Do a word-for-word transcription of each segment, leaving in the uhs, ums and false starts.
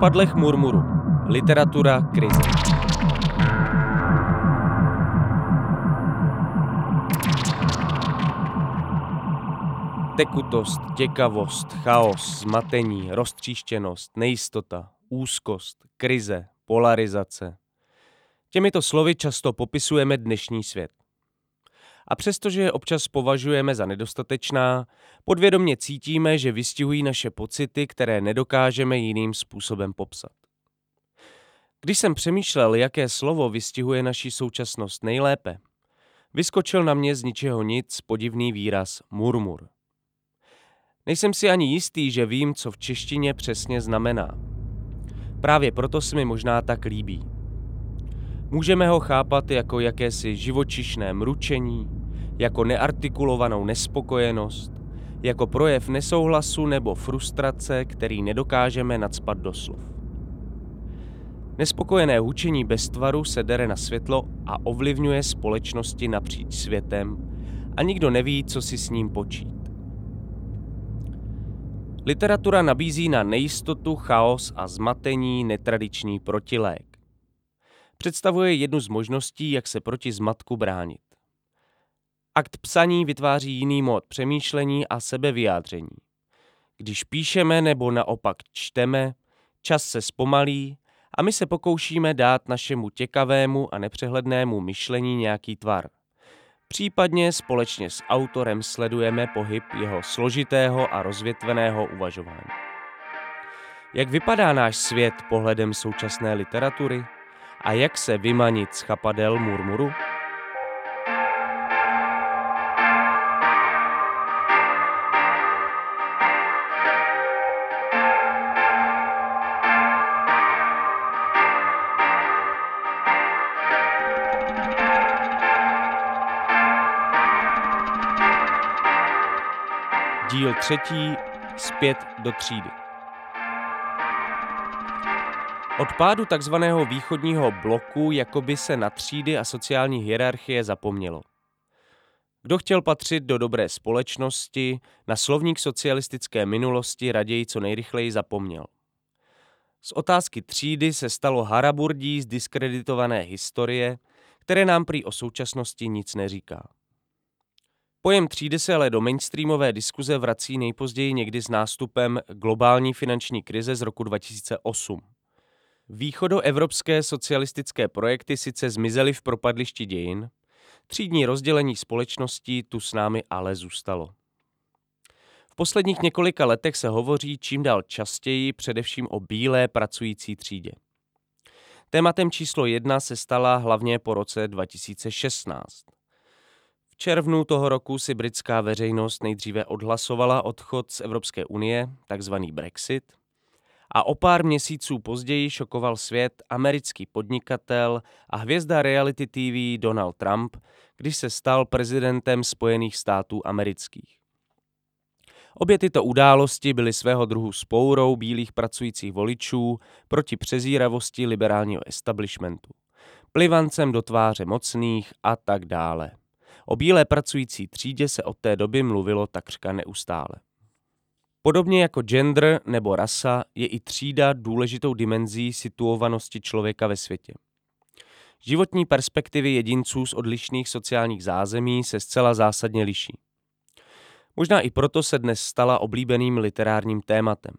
Chapadlech murmuru. Literatura krize. Tekutost, těkavost, chaos, zmatení, roztříštěnost, nejistota, úzkost, krize, polarizace. Těmito slovy často popisujeme dnešní svět. A přestože je občas považujeme za nedostatečná, podvědomě cítíme, že vystihují naše pocity, které nedokážeme jiným způsobem popsat. Když jsem přemýšlel, jaké slovo vystihuje naši současnost nejlépe, vyskočil na mě z ničeho nic podivný výraz murmur. Nejsem si ani jistý, že vím, co v češtině přesně znamená. Právě proto se mi možná tak líbí. Můžeme ho chápat jako jakési živočišné mručení, jako neartikulovanou nespokojenost, jako projev nesouhlasu nebo frustrace, který nedokážeme nacpat do slov. Nespokojené hučení bez tvaru se dere na světlo a ovlivňuje společnosti napříč světem a nikdo neví, co si s ním počít. Literatura nabízí na nejistotu, chaos a zmatení netradiční protilék. Představuje jednu z možností, jak se proti zmatku bránit. Akt psaní vytváří jiný mód přemýšlení a sebevyjádření. Když píšeme nebo naopak čteme, čas se zpomalí a my se pokoušíme dát našemu těkavému a nepřehlednému myšlení nějaký tvar. Případně společně s autorem sledujeme pohyb jeho složitého a rozvětveného uvažování. Jak vypadá náš svět pohledem současné literatury? A jak se vymanit z chapadel murmuru? Díl třetí. Zpět do třídy. Od pádu takzvaného východního bloku jakoby se na třídy a sociální hierarchie zapomnělo. Kdo chtěl patřit do dobré společnosti, na slovník socialistické minulosti raději co nejrychleji zapomněl. Z otázky třídy se stalo haraburdí z diskreditované historie, které nám prý o současnosti nic neříká. Pojem třídy se ale do mainstreamové diskuze vrací nejpozději někdy s nástupem globální finanční krize z roku dva tisíce osm. Východoevropské socialistické projekty sice zmizely v propadlišti dějin, třídní rozdělení společností tu s námi ale zůstalo. V posledních několika letech se hovoří čím dál častěji především o bílé pracující třídě. Tématem číslo jedna se stala hlavně po roce dva tisíce šestnáct. V červnu toho roku si britská veřejnost nejdříve odhlasovala odchod z Evropské unie, takzvaný Brexit, a o pár měsíců později šokoval svět americký podnikatel a hvězda reality T V Donald Trump, když se stal prezidentem Spojených států amerických. Obě tyto události byly svého druhu vzpourou bílých pracujících voličů proti přezíravosti liberálního establishmentu, plivancem do tváře mocných a tak dále. O bílé pracující třídě se od té doby mluvilo takřka neustále. Podobně jako gender nebo rasa je i třída důležitou dimenzí situovanosti člověka ve světě. Životní perspektivy jedinců z odlišných sociálních zázemí se zcela zásadně liší. Možná i proto se dnes stala oblíbeným literárním tématem.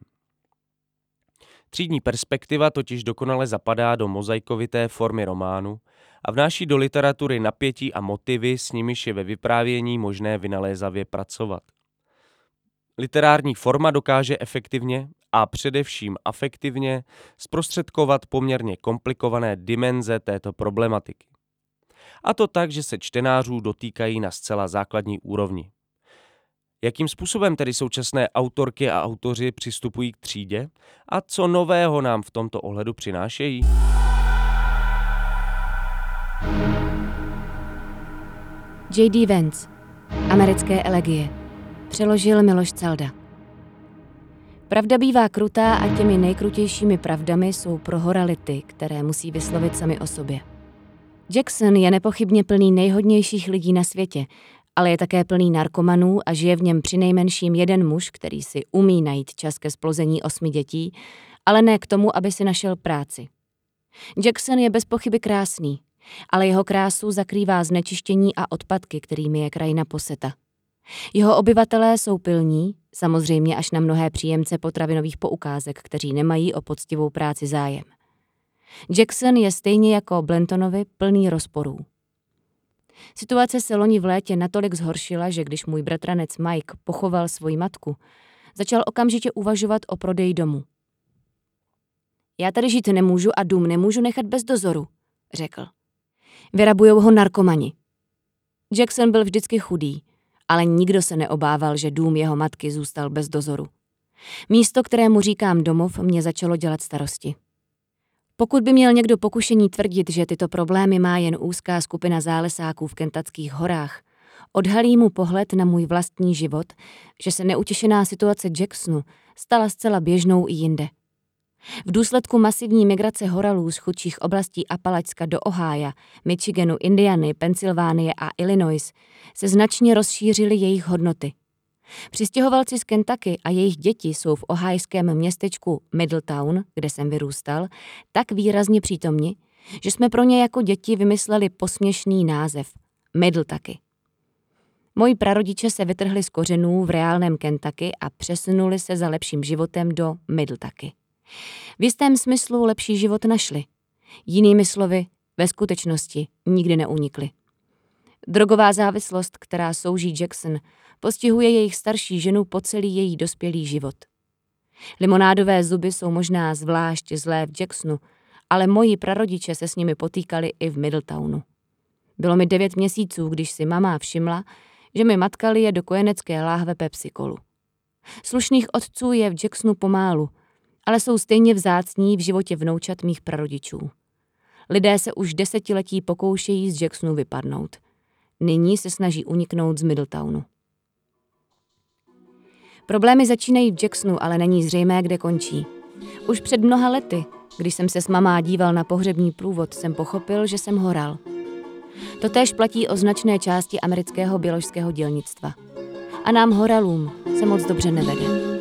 Třídní perspektiva totiž dokonale zapadá do mozaikovité formy románu a vnáší do literatury napětí a motivy, s nimiž je ve vyprávění možné vynalézavě pracovat. Literární forma dokáže efektivně a především afektivně zprostředkovat poměrně komplikované dimenze této problematiky. A to tak, že se čtenářů dotýkají na zcela základní úrovni. Jakým způsobem tedy současné autorky a autoři přistupují k třídě a co nového nám v tomto ohledu přinášejí? J D Vance, Americké elegie. Přeložil Miloš Calda. Pravda bývá krutá a těmi nejkrutějšími pravdami jsou prohorality, které musí vyslovit sami o sobě. Jackson je nepochybně plný nejhodnějších lidí na světě, ale je také plný narkomanů a žije v něm přinejmenším jeden muž, který si umí najít čas ke splození osmi dětí ale ne k tomu, aby si našel práci. Jackson je bez pochyby krásný, ale jeho krásu zakrývá znečištění a odpadky, kterými je krajina poseta. Jeho obyvatelé jsou pilní, samozřejmě až na mnohé příjemce potravinových poukázek, kteří nemají o poctivou práci zájem. Jackson je stejně jako Blantonovi plný rozporů. Situace se loni v létě natolik zhoršila, že když můj bratranec Mike pochoval svoji matku, začal okamžitě uvažovat o prodeji domu. Já tady žít nemůžu a dům nemůžu nechat bez dozoru, řekl. Vyrabujou ho narkomani. Jackson byl vždycky chudý, ale nikdo se neobával, že dům jeho matky zůstal bez dozoru. Místo, kterému říkám domov, mě začalo dělat starosti. Pokud by měl někdo pokušení tvrdit, že tyto problémy má jen úzká skupina zálesáků v Kentuckých horách, odhalí mu pohled na můj vlastní život, že se neutěšená situace Jacksonu stala zcela běžnou i jinde. V důsledku masivní migrace horalů z chudších oblastí Apalačska do Ohája, Michiganu, Indiany, Pensylvánie a Illinois se značně rozšířily jejich hodnoty. Přistěhovalci z Kentucky a jejich děti jsou v ohajském městečku Middletown, kde jsem vyrůstal, tak výrazně přítomni, že jsme pro ně jako děti vymysleli posměšný název Middletaky. Moji prarodiče se vytrhli z kořenů v reálném Kentucky a přesunuli se za lepším životem do Middletaky. V jistém smyslu lepší život našli. Jinými slovy, ve skutečnosti nikdy neunikli. Drogová závislost, která souží Jackson, postihuje jejich starší ženu po celý její dospělý život. Limonádové zuby jsou možná zvlášť zlé v Jacksonu, ale moji prarodiče se s nimi potýkali i v Middletownu. Bylo mi devět měsíců, když si mama všimla, že mi matka lije do kojenecké láhve Pepsi-Colu. Slušných otců je v Jacksonu pomálu, ale jsou stejně vzácní v životě vnoučat mých prarodičů. Lidé se už desetiletí pokoušejí z Jacksonu vypadnout. Nyní se snaží uniknout z Middletownu. Problémy začínají v Jacksonu, ale není zřejmé, kde končí. Už před mnoha lety, když jsem se s mamá díval na pohřební průvod, jsem pochopil, že jsem horal. Totéž platí o značné části amerického běložského dělnictva. A nám horalům se moc dobře nevede.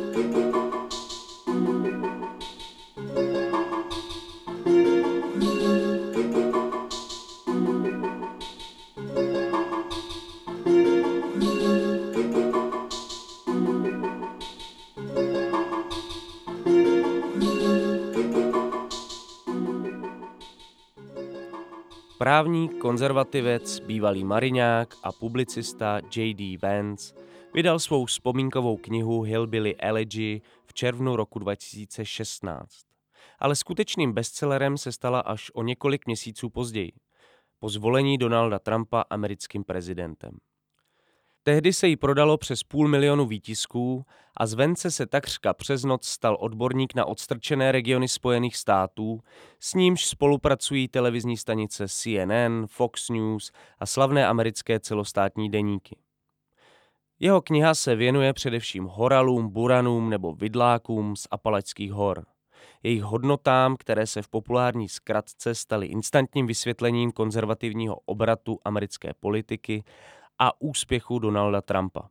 Právník, konzervativec, bývalý mariňák a publicista J D Vance vydal svou vzpomínkovou knihu Hillbilly Elegy v červnu roku dva tisíce šestnáct. Ale skutečným bestsellerem se stala až o několik měsíců později, po zvolení Donalda Trumpa americkým prezidentem. Tehdy se jí prodalo přes půl milionu výtisků a z Vance se takřka přes noc stal odborník na odstrčené regiony Spojených států, s nímž spolupracují televizní stanice C N N, Fox News a slavné americké celostátní deníky. Jeho kniha se věnuje především horalům, buranům nebo vidlákům z Apalačských hor. Jejich hodnotám, které se v populární zkratce staly instantním vysvětlením konzervativního obratu americké politiky a úspěchu Donalda Trumpa.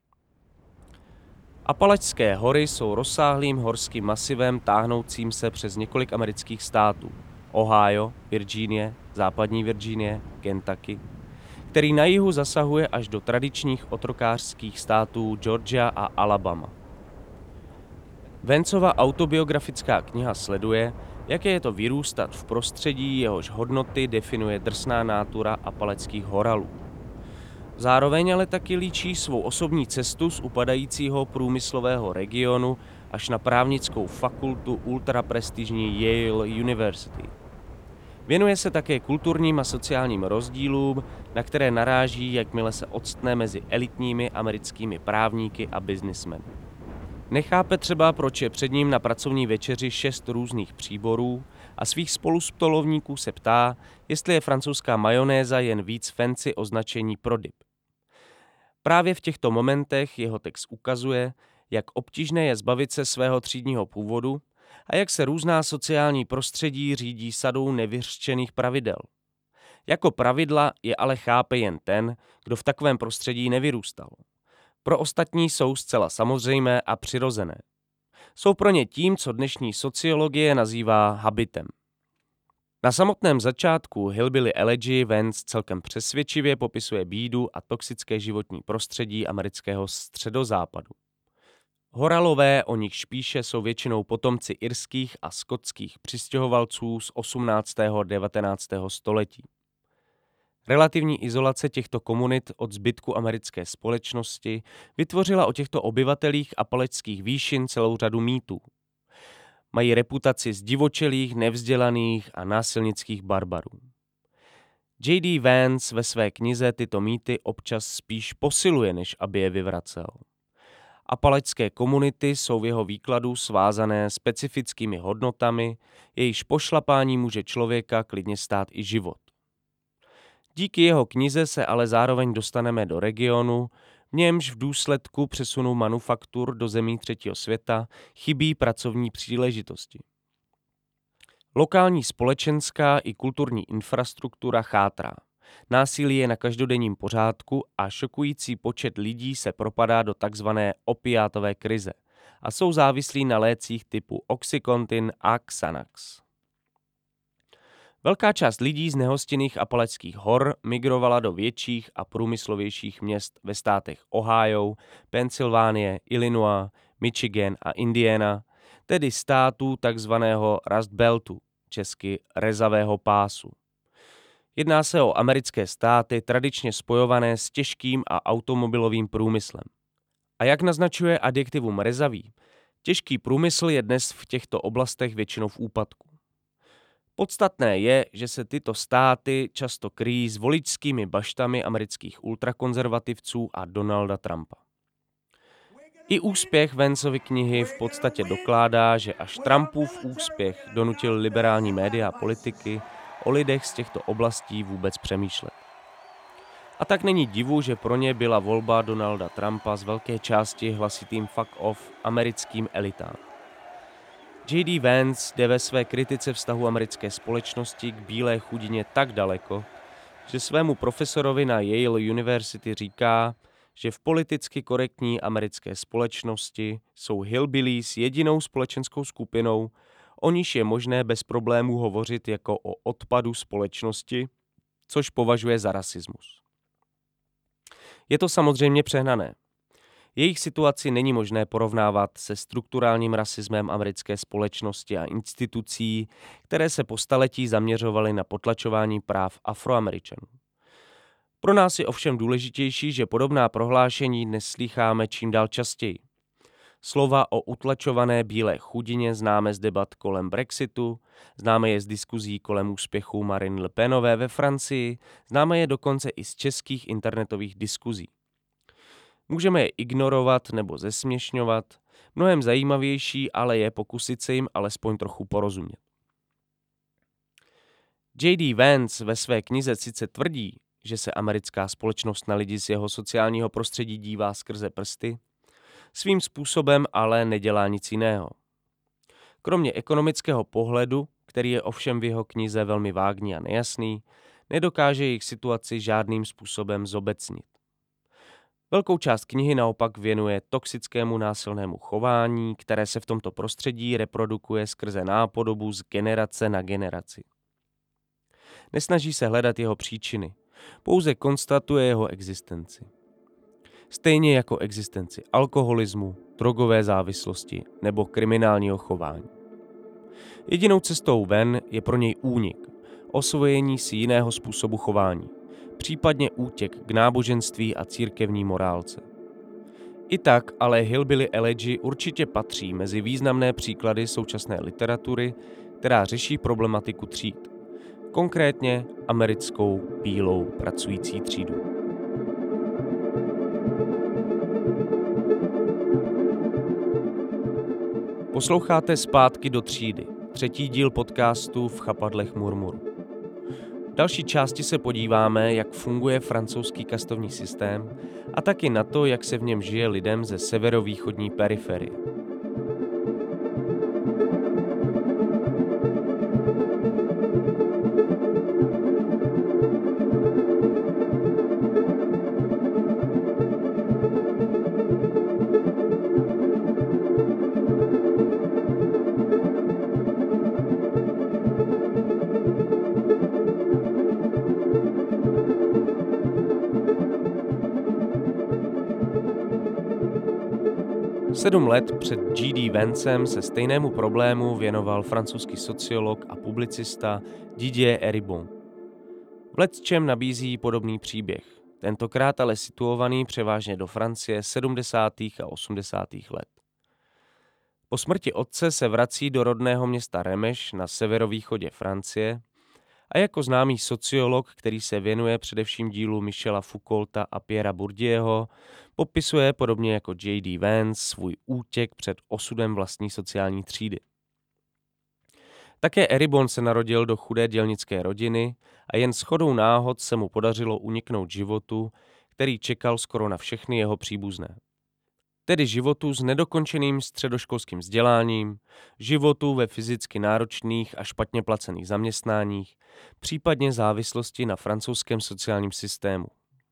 Apalačské hory jsou rozsáhlým horským masivem táhnoucím se přes několik amerických států. Ohio, Virginie, západní Virginie, Kentucky, který na jihu zasahuje až do tradičních otrokářských států Georgia a Alabama. Vanceova autobiografická kniha sleduje, jaké je to vyrůstat v prostředí, jehož hodnoty definuje drsná nátura apalačských horalů. Zároveň ale taky líčí svou osobní cestu z upadajícího průmyslového regionu až na právnickou fakultu ultraprestižní Yale University. Věnuje se také kulturním a sociálním rozdílům, na které naráží, jakmile se octne mezi elitními americkými právníky a biznismeny. Nechápe třeba, proč je před ním na pracovní večeři šest různých příborů a svých spolustolovníků se ptá, jestli je francouzská majonéza jen víc fancy označení pro dip. Právě v těchto momentech jeho text ukazuje, jak obtížné je zbavit se svého třídního původu a jak se různá sociální prostředí řídí sadou nevyřčených pravidel. Jako pravidla je ale chápe jen ten, kdo v takovém prostředí nevyrůstal. Pro ostatní jsou zcela samozřejmé a přirozené. Jsou pro ně tím, co dnešní sociologie nazývá habitem. Na samotném začátku Hillbilly Elegy Vance celkem přesvědčivě popisuje bídu a toxické životní prostředí amerického středozápadu. Horalové, o nichž píše, jsou většinou potomci irských a skotských přistěhovalců z osmnáctého a devatenáctého století. Relativní izolace těchto komunit od zbytku americké společnosti vytvořila o těchto obyvatelích Apalačských výšin celou řadu mýtů. Mají reputaci zdivočelých, nevzdělaných a násilnických barbarů. J D. Vance ve své knize tyto mýty občas spíš posiluje, než aby je vyvracel. Apalačské komunity jsou v jeho výkladu svázané specifickými hodnotami, jejichž pošlapání může člověka klidně stát i život. Díky jeho knize se ale zároveň dostaneme do regionu, v němž v důsledku přesunu manufaktur do zemí třetího světa chybí pracovní příležitosti. Lokální společenská i kulturní infrastruktura chátrá. Násilí je na každodenním pořádku a šokující počet lidí se propadá do takzvané opiátové krize a jsou závislí na lécích typu Oxycontin a Xanax. Velká část lidí z nehostinných Apalačských hor migrovala do větších a průmyslovějších měst ve státech Ohio, Pensylvánie, Illinois, Michigan a Indiana, tedy států takzvaného Rust Beltu, česky rezavého pásu. Jedná se o americké státy tradičně spojované s těžkým a automobilovým průmyslem. A jak naznačuje adjektivum rezavý, těžký průmysl je dnes v těchto oblastech většinou v úpadku. Podstatné je, že se tyto státy často kryjí s voličskými baštami amerických ultrakonzervativců a Donalda Trumpa. I úspěch Vanceovy knihy v podstatě dokládá, že až Trumpův úspěch donutil liberální média a politiky o lidech z těchto oblastí vůbec přemýšlet. A tak není divu, že pro ně byla volba Donalda Trumpa z velké části hlasitým fuck off americkým elitám. J D. Vance jde ve své kritice vztahu americké společnosti k bílé chudině tak daleko, že svému profesorovi na Yale University říká, že v politicky korektní americké společnosti jsou hillbillies jedinou společenskou skupinou, o níž je možné bez problémů hovořit jako o odpadu společnosti, což považuje za rasismus. Je to samozřejmě přehnané. Jejich situaci není možné porovnávat se strukturálním rasismem americké společnosti a institucí, které se po staletí zaměřovaly na potlačování práv Afroameričanů. Pro nás je ovšem důležitější, že podobná prohlášení dnes slýcháme čím dál častěji. Slova o utlačované bílé chudině známe z debat kolem Brexitu, známe je z diskuzí kolem úspěchu Marine Le Penové ve Francii, známe je dokonce i z českých internetových diskuzí. Můžeme je ignorovat nebo zesměšňovat, mnohem zajímavější ale je pokusit se jim alespoň trochu porozumět. J D. Vance ve své knize sice tvrdí, že se americká společnost na lidi z jeho sociálního prostředí dívá skrze prsty, svým způsobem ale nedělá nic jiného. Kromě ekonomického pohledu, který je ovšem v jeho knize velmi vágní a nejasný, nedokáže jejich situaci žádným způsobem zobecnit. Velkou část knihy naopak věnuje toxickému násilnému chování, které se v tomto prostředí reprodukuje skrze nápodobu z generace na generaci. Nesnaží se hledat jeho příčiny, pouze konstatuje jeho existenci. Stejně jako existenci alkoholismu, drogové závislosti nebo kriminálního chování. Jedinou cestou ven je pro něj únik, osvojení si jiného způsobu chování, případně útěk k náboženství a církevní morálce. I tak ale Hillbilly Elegy určitě patří mezi významné příklady současné literatury, která řeší problematiku tříd, konkrétně americkou bílou pracující třídu. Posloucháte Zpátky do třídy, třetí díl podcastu V chapadlech murmuru. V další části se podíváme, jak funguje francouzský kastovní systém a taky na to, jak se v něm žije lidem ze severovýchodní periferie. Sedm let před J D Vancem se stejnému problému věnoval francouzský sociolog a publicista Didier Eribon. V lecčem nabízí podobný příběh, tentokrát ale situovaný převážně do Francie sedmdesátých a osmdesátých let. Po smrti otce se vrací do rodného města Remeš na severovýchodě Francie a jako známý sociolog, který se věnuje především dílu Michela Foucaulta a Pierra Bourdieuho, popisuje podobně jako J D Vance svůj útěk před osudem vlastní sociální třídy. Také Eribon se narodil do chudé dělnické rodiny a jen shodou náhod se mu podařilo uniknout životu, který čekal skoro na všechny jeho příbuzné. Tedy životu s nedokončeným středoškolským vzděláním, životu ve fyzicky náročných a špatně placených zaměstnáních, případně závislosti na francouzském sociálním systému.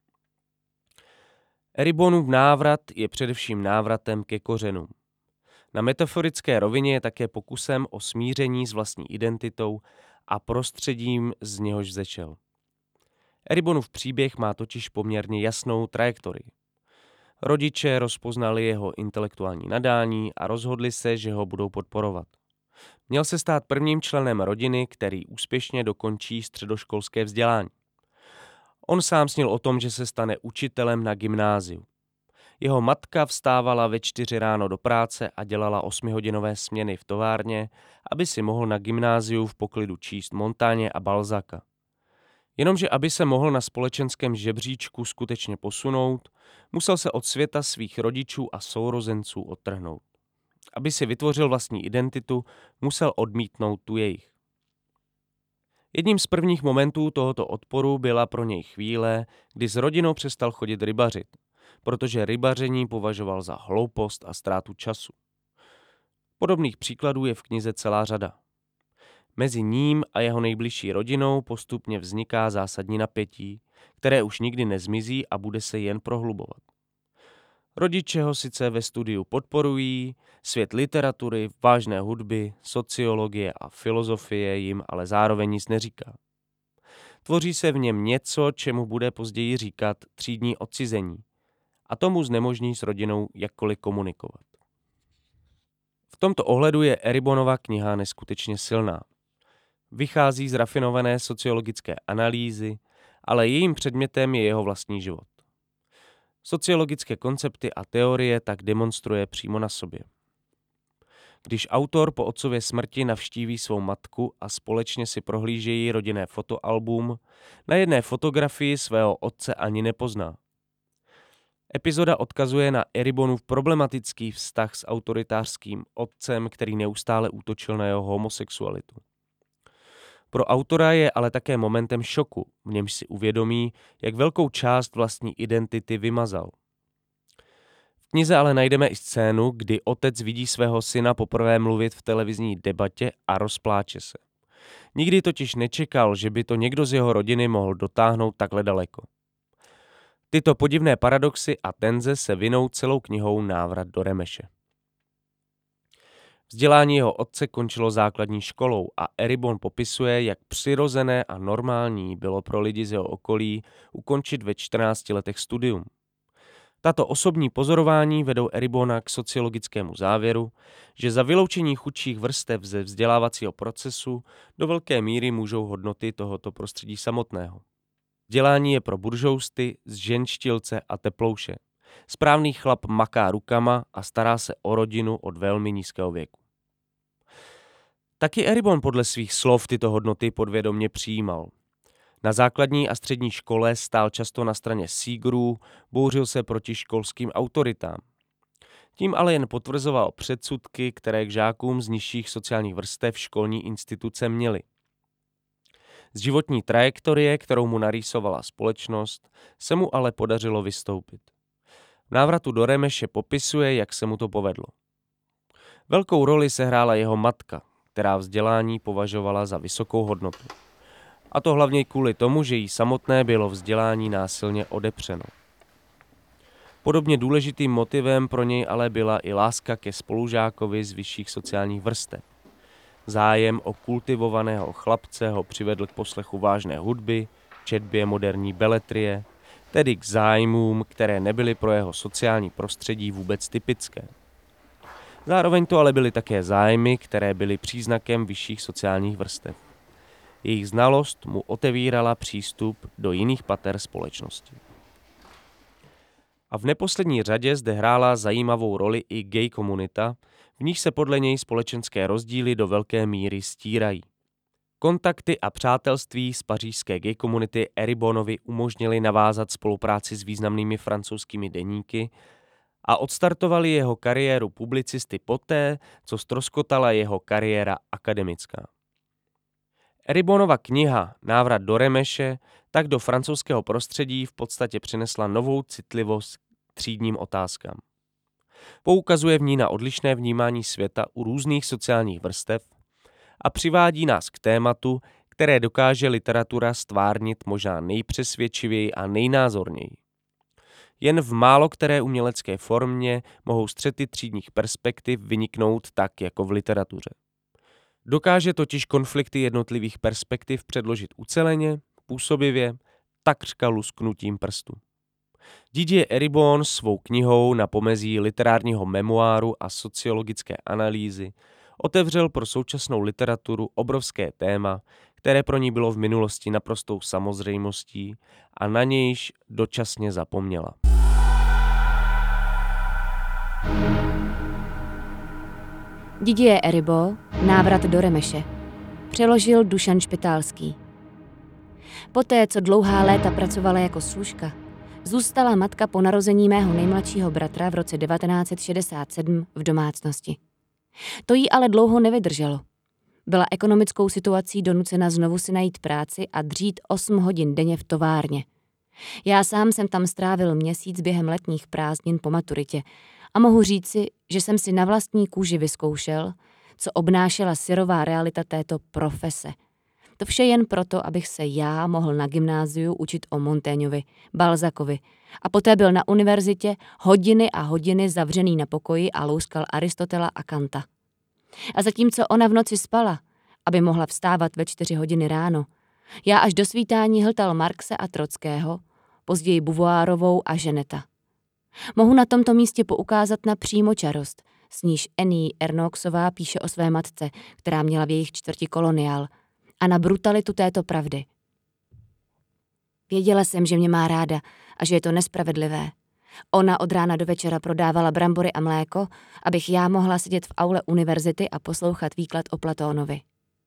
Eribonův návrat je především návratem ke kořenům. Na metaforické rovině je také pokusem o smíření s vlastní identitou a prostředím, z něhož vzešel. Eribonův příběh má totiž poměrně jasnou trajektorii. Rodiče rozpoznali jeho intelektuální nadání a rozhodli se, že ho budou podporovat. Měl se stát prvním členem rodiny, který úspěšně dokončí středoškolské vzdělání. On sám snil o tom, že se stane učitelem na gymnáziu. Jeho matka vstávala ve čtyři ráno do práce a dělala osmihodinové směny v továrně, aby si mohl na gymnáziu v poklidu číst Montáně a Balzaka. Jenomže aby se mohl na společenském žebříčku skutečně posunout, musel se od světa svých rodičů a sourozenců odtrhnout. Aby si vytvořil vlastní identitu, musel odmítnout tu jejich. Jedním z prvních momentů tohoto odporu byla pro něj chvíle, kdy s rodinou přestal chodit rybařit, protože rybaření považoval za hloupost a ztrátu času. Podobných příkladů je v knize celá řada. Mezi ním a jeho nejbližší rodinou postupně vzniká zásadní napětí, které už nikdy nezmizí a bude se jen prohlubovat. Rodiče ho sice ve studiu podporují, svět literatury, vážné hudby, sociologie a filozofie jim ale zároveň nic neříká. Tvoří se v něm něco, čemu bude později říkat třídní odcizení, a tomu znemožní s rodinou jakkoliv komunikovat. V tomto ohledu je Eribonova kniha neskutečně silná. Vychází z rafinované sociologické analýzy, ale jejím předmětem je jeho vlastní život. Sociologické koncepty a teorie tak demonstruje přímo na sobě. Když autor po otcově smrti navštíví svou matku a společně si prohlížejí rodinné fotoalbum, na jedné fotografii svého otce ani nepozná. Epizoda odkazuje na Eribonův problematický vztah s autoritářským otcem, který neustále útočil na jeho homosexualitu. Pro autora je ale také momentem šoku, v němž si uvědomí, jak velkou část vlastní identity vymazal. V knize ale najdeme i scénu, kdy otec vidí svého syna poprvé mluvit v televizní debatě a rozpláče se. Nikdy totiž nečekal, že by to někdo z jeho rodiny mohl dotáhnout takhle daleko. Tyto podivné paradoxy a tenze se vinou celou knihou Návrat do Remeše. Vzdělání jeho otce končilo základní školou a Eribon popisuje, jak přirozené a normální bylo pro lidi z jeho okolí ukončit ve čtrnácti letech studium. Tato osobní pozorování vedou Eribona k sociologickému závěru, že za vyloučení chudších vrstev ze vzdělávacího procesu do velké míry můžou hodnoty tohoto prostředí samotného. Vzdělání je pro buržousty, zženštilce a teplouše. Správný chlap maká rukama a stará se o rodinu od velmi nízkého věku. Taky Eribon podle svých slov tyto hodnoty podvědomě přijímal. Na základní a střední škole stál často na straně sígrů, bouřil se proti školským autoritám. Tím ale jen potvrzoval předsudky, které k žákům z nižších sociálních vrstev školní instituce měly. Z životní trajektorie, kterou mu narýsovala společnost, se mu ale podařilo vystoupit. V Návratu do Remeše popisuje, jak se mu to povedlo. Velkou roli sehrála jeho matka, která vzdělání považovala za vysokou hodnotu. A to hlavně kvůli tomu, že jí samotné bylo vzdělání násilně odepřeno. Podobně důležitým motivem pro něj ale byla i láska ke spolužákovi z vyšších sociálních vrstev. Zájem o kultivovaného chlapce ho přivedl k poslechu vážné hudby, četbě moderní beletrie, tedy k zájmům, které nebyly pro jeho sociální prostředí vůbec typické. Zároveň to ale byly také zájmy, které byly příznakem vyšších sociálních vrstev. Jejich znalost mu otevírala přístup do jiných pater společnosti. A v neposlední řadě zde hrála zajímavou roli i gay komunita, v níž se podle něj společenské rozdíly do velké míry stírají. Kontakty a přátelství z pařížské gay komunity Eribonovi umožnili navázat spolupráci s významnými francouzskými deníky a odstartovali jeho kariéru publicisty poté, co ztroskotala jeho kariéra akademická. Eribonova kniha Návrat do Remeše tak do francouzského prostředí v podstatě přinesla novou citlivost k třídním otázkám. Poukazuje v ní na odlišné vnímání světa u různých sociálních vrstev a přivádí nás k tématu, které dokáže literatura stvárnit možná nejpřesvědčivěji a nejnázorněji. Jen v málo které umělecké formě mohou střety třídních perspektiv vyniknout tak jako v literatuře. Dokáže totiž konflikty jednotlivých perspektiv předložit uceleně, působivě, takřka lusknutím prstu. Didier Eribon svou knihou na pomezí literárního memoáru a sociologické analýzy otevřel pro současnou literaturu obrovské téma, které pro ní bylo v minulosti naprostou samozřejmostí a na nějž dočasně zapomněla. Didier Eribon, Návrat do Remeše. Přeložil Dušan Špitálský. Poté, co dlouhá léta pracovala jako služka, zůstala matka po narození mého nejmladšího bratra v roce devatenáct set šedesát sedm v domácnosti. To jí ale dlouho nevydrželo. Byla ekonomickou situací donucena znovu si najít práci a dřít osm hodin denně v továrně. Já sám jsem tam strávil měsíc během letních prázdnin po maturitě a mohu říci, že jsem si na vlastní kůži vyzkoušel, co obnášela syrová realita této profese. To vše jen proto, abych se já mohl na gymnáziu učit o Montaignovi, Balzacovi a poté byl na univerzitě hodiny a hodiny zavřený na pokoji a louskal Aristotela a Kanta. A zatímco ona v noci spala, aby mohla vstávat ve čtyři hodiny ráno, já až do svítání hltal Marxe a Trockého, později Beauvoirovou a Ženeta. Mohu na tomto místě poukázat na přímočarost, s níž Annie Ernauxová píše o své matce, která měla v jejich čtvrti koloniál, a na brutalitu této pravdy. Věděla jsem, že mě má ráda a že je to nespravedlivé. Ona od rána do večera prodávala brambory a mléko, abych já mohla sedět v aule univerzity a poslouchat výklad o Platónovi.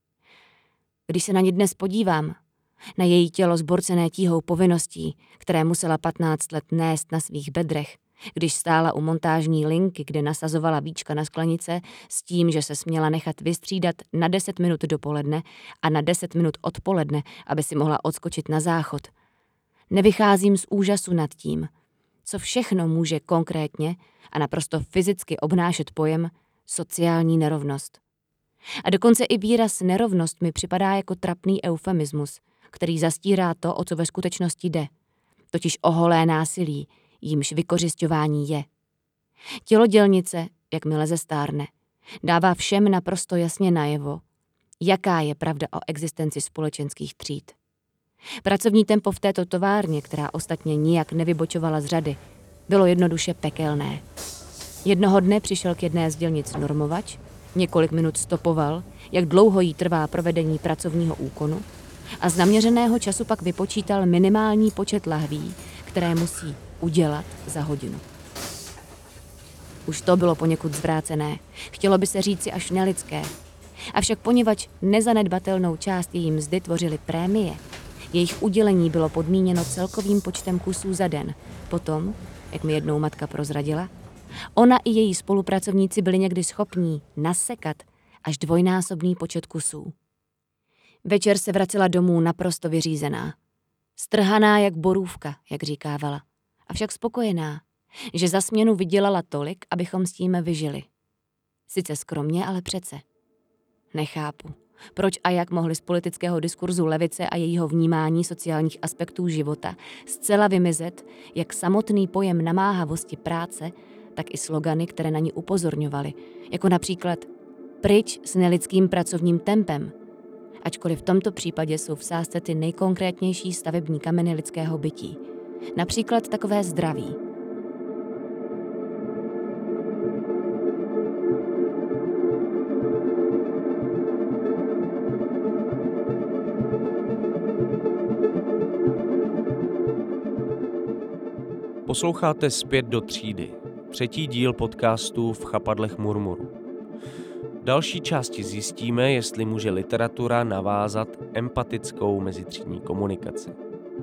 Když se na ní dnes podívám, na její tělo zborcené tíhou povinností, které musela patnáct let nést na svých bedrech, když stála u montážní linky, kde nasazovala víčka na sklenice s tím, že se směla nechat vystřídat na deset minut dopoledne a na deset minut odpoledne, aby si mohla odskočit na záchod. Nevycházím z úžasu nad tím, co všechno může konkrétně a naprosto fyzicky obnášet pojem sociální nerovnost. A dokonce i výraz nerovnost mi připadá jako trapný eufemismus, který zastírá to, o co ve skutečnosti jde, totiž o holé násilí, jímž vykořisťování je. Tělodělnice, jakmile zestárne, dává všem naprosto jasně najevo, jaká je pravda o existenci společenských tříd. Pracovní tempo v této továrně, která ostatně nijak nevybočovala z řady, bylo jednoduše pekelné. Jednoho dne přišel k jedné z dělnic normovač, několik minut stopoval, jak dlouho jí trvá provedení pracovního úkonu a z naměřeného času pak vypočítal minimální počet lahví, které musí udělat za hodinu. Už to bylo poněkud zvrácené, chtělo by se říci až nelidské. Avšak poněvadž nezanedbatelnou část její mzdy tvořily prémie, jejich udělení bylo podmíněno celkovým počtem kusů za den. Potom, jak mi jednou matka prozradila, ona i její spolupracovníci byli někdy schopní nasekat až dvojnásobný počet kusů. Večer se vracela domů naprosto vyřízená. Strhaná jak borůvka, jak říkávala, avšak spokojená, že za směnu vydělala tolik, abychom s tím vyžili. Sice skromně, ale přece. Nechápu, proč a jak mohly z politického diskurzu levice a jejího vnímání sociálních aspektů života zcela vymizet, jak samotný pojem namáhavosti práce, tak i slogany, které na ní upozorňovaly, jako například pryč s nelidským pracovním tempem, ačkoliv v tomto případě jsou v sázce ty nejkonkrétnější stavební kameny lidského bytí. Například takové zdraví. Posloucháte Zpět do třídy, třetí díl podcastu V chapadlech murmuru. V další části zjistíme, jestli může literatura navázat empatickou mezitřídní komunikaci.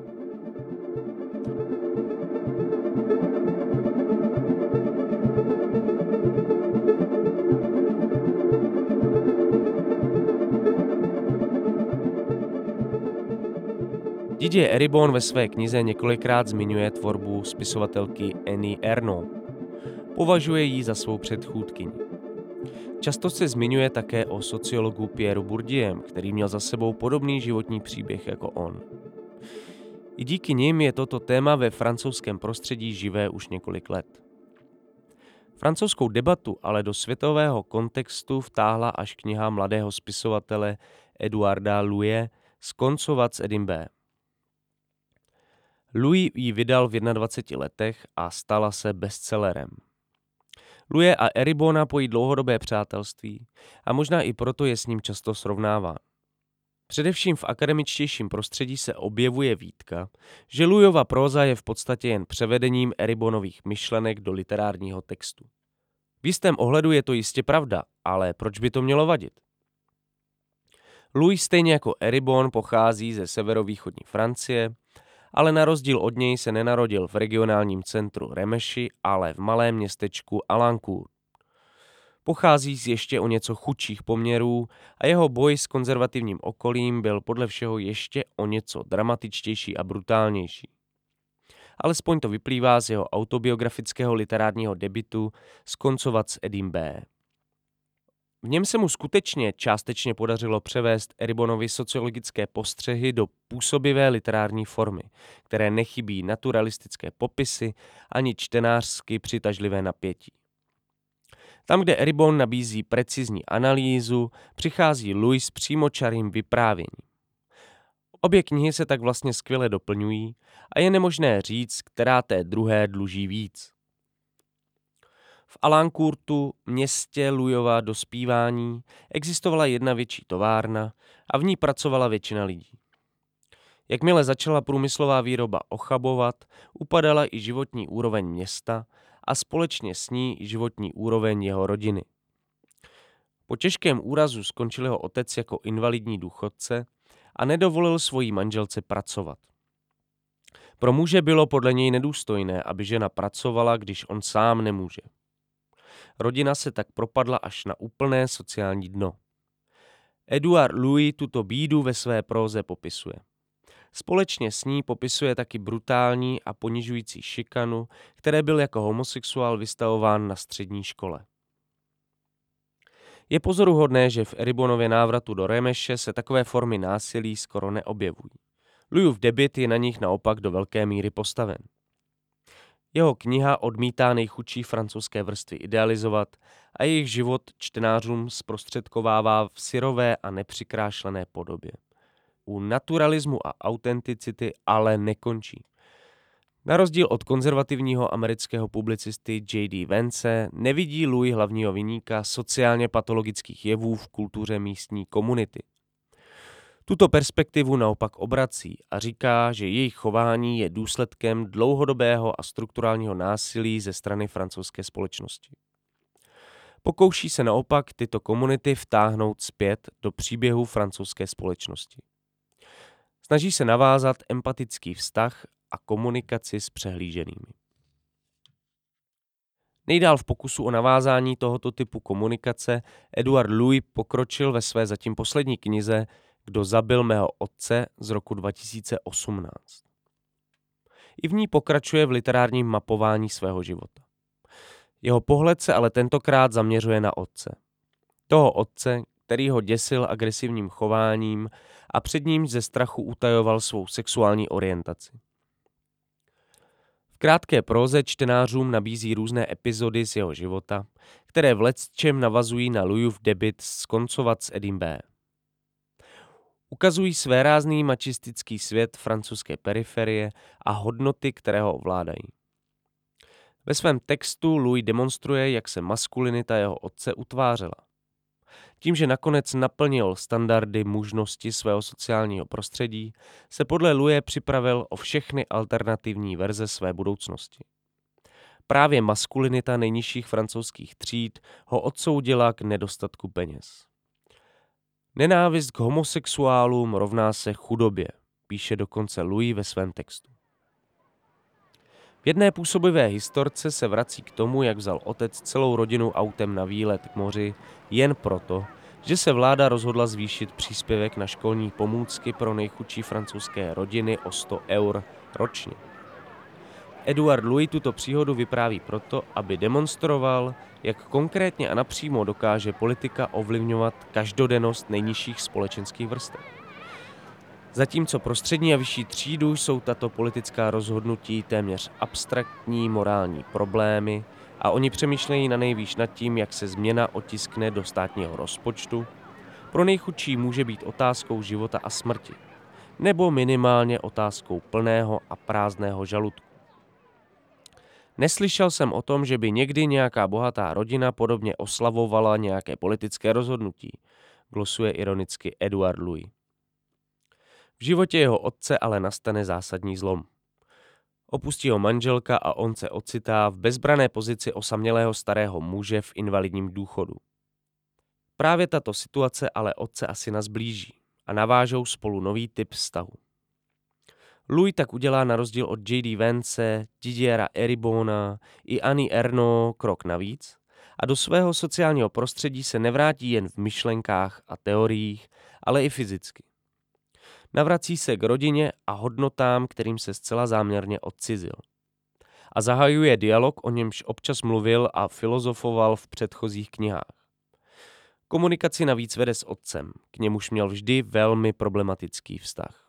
Didier Eribon ve své knize několikrát zmiňuje tvorbu spisovatelky Annie Ernaux. Považuje ji za svou předchůdkyni. Často se zmiňuje také o sociologu Pierru Bourdieuem, který měl za sebou podobný životní příběh jako on. I díky nim je toto téma ve francouzském prostředí živé už několik let. Francouzskou debatu ale do světového kontextu vtáhla až kniha mladého spisovatele Eduarda Louise Skoncovat s Edim B. Louis ji vydal v dvaceti jedné letech a stala se bestsellerem. Louise a Eribona pojí dlouhodobé přátelství a možná i proto je s ním často srovnáván. Především v akademičtějším prostředí se objevuje výtka, že Louisova próza je v podstatě jen převedením Eribonových myšlenek do literárního textu. V jistém ohledu je to jistě pravda, ale proč by to mělo vadit? Louis stejně jako Eribon pochází ze severovýchodní Francie, ale na rozdíl od něj se nenarodil v regionálním centru Remeši, ale v malém městečku Alincourt. Pochází z ještě o něco chudších poměrů a jeho boj s konzervativním okolím byl podle všeho ještě o něco dramatičtější a brutálnější. Alespoň to vyplývá z jeho autobiografického literárního debutu Skoncovat s Edim B. V něm se mu skutečně částečně podařilo převést Eribonovy sociologické postřehy do působivé literární formy, které nechybí naturalistické popisy ani čtenářsky přitažlivé napětí. Tam, kde Eribon nabízí precizní analýzu, přichází Louis s přímočarým vyprávěním. Obě knihy se tak vlastně skvěle doplňují a je nemožné říct, která té druhé dluží víc. V Alincourtu, městě Louisova dospívání, existovala jedna větší továrna a v ní pracovala většina lidí. Jakmile začala průmyslová výroba ochabovat, upadala i životní úroveň města a společně s ní i životní úroveň jeho rodiny. Po těžkém úrazu skončil jeho otec jako invalidní důchodce a nedovolil svojí manželce pracovat. Pro muže bylo podle něj nedůstojné, aby žena pracovala, když on sám nemůže. Rodina se tak propadla až na úplné sociální dno. Edouard Louis tuto bídu ve své próze popisuje. Společně s ní popisuje taky brutální a ponižující šikanu, které byl jako homosexuál vystavován na střední škole. Je pozoruhodné, že v Eribonově návratu do Remeše se takové formy násilí skoro neobjevují. Louisův debut je na nich naopak do velké míry postaven. Jeho kniha odmítá nejchudší francouzské vrstvy idealizovat a jejich život čtenářům zprostředkovává v syrové a nepřikrášlené podobě. U naturalismu a autenticity ale nekončí. Na rozdíl od konzervativního amerického publicisty J D Vance nevidí Louis hlavního viníka sociálně patologických jevů v kultuře místní komunity. Tuto perspektivu naopak obrací a říká, že jejich chování je důsledkem dlouhodobého a strukturálního násilí ze strany francouzské společnosti. Pokouší se naopak tyto komunity vtáhnout zpět do příběhu francouzské společnosti. Snaží se navázat empatický vztah a komunikaci s přehlíženými. Nejdál v pokusu o navázání tohoto typu komunikace Edouard Louis pokročil ve své zatím poslední knize Kdo zabil mého otce z roku dva tisíce osmnáct. I v ní pokračuje v literárním mapování svého života. Jeho pohled se ale tentokrát zaměřuje na otce. Toho otce, který ho děsil agresivním chováním a před ním ze strachu utajoval svou sexuální orientaci. V krátké próze čtenářům nabízí různé epizody z jeho života, které v lecčem navazují na Louisův debut Skoncovat s Edim B. Ukazují svérázný mačistický svět francouzské periferie a hodnoty, které ho ovládají. Ve svém textu Louis demonstruje, jak se maskulinita jeho otce utvářela. Tím, že nakonec naplnil standardy mužnosti svého sociálního prostředí, se podle Louise připravil o všechny alternativní verze své budoucnosti. právě maskulinita nejnižších francouzských tříd ho odsoudila k nedostatku peněz. Nenávist k homosexuálům rovná se chudobě, píše dokonce Louis ve svém textu. V jedné působivé historce se vrací k tomu, jak vzal otec celou rodinu autem na výlet k moři jen proto, že se vláda rozhodla zvýšit příspěvek na školní pomůcky pro nejchudší francouzské rodiny o sto eur ročně. Edouard Louis tuto příhodu vypráví proto, aby demonstroval, jak konkrétně a napřímo dokáže politika ovlivňovat každodennost nejnižších společenských vrstev. Zatímco pro střední a vyšší třídu jsou tato politická rozhodnutí téměř abstraktní morální problémy a oni přemýšlejí na nejvýš nad tím, jak se změna otiskne do státního rozpočtu, pro nejchudší může být otázkou života a smrti, nebo minimálně otázkou plného a prázdného žaludku. Neslyšel jsem o tom, že by někdy nějaká bohatá rodina podobně oslavovala nějaké politické rozhodnutí, glosuje ironicky Edouard Louis. V životě jeho otce ale nastane zásadní zlom. Opustí ho manželka a on se ocitá v bezbrané pozici osamělého starého muže v invalidním důchodu. Právě tato situace ale otce a syna zblíží a navážou spolu nový typ vztahu. Louis tak udělá na rozdíl od J D Vance, Didiera Eribona i Annie Ernaux krok navíc a do svého sociálního prostředí se nevrátí jen v myšlenkách a teoriích, ale i fyzicky. Navrací se k rodině a hodnotám, kterým se zcela záměrně odcizil. A zahajuje dialog, o němž občas mluvil a filozofoval v předchozích knihách. Komunikaci navíc vede s otcem, k němuž měl vždy velmi problematický vztah.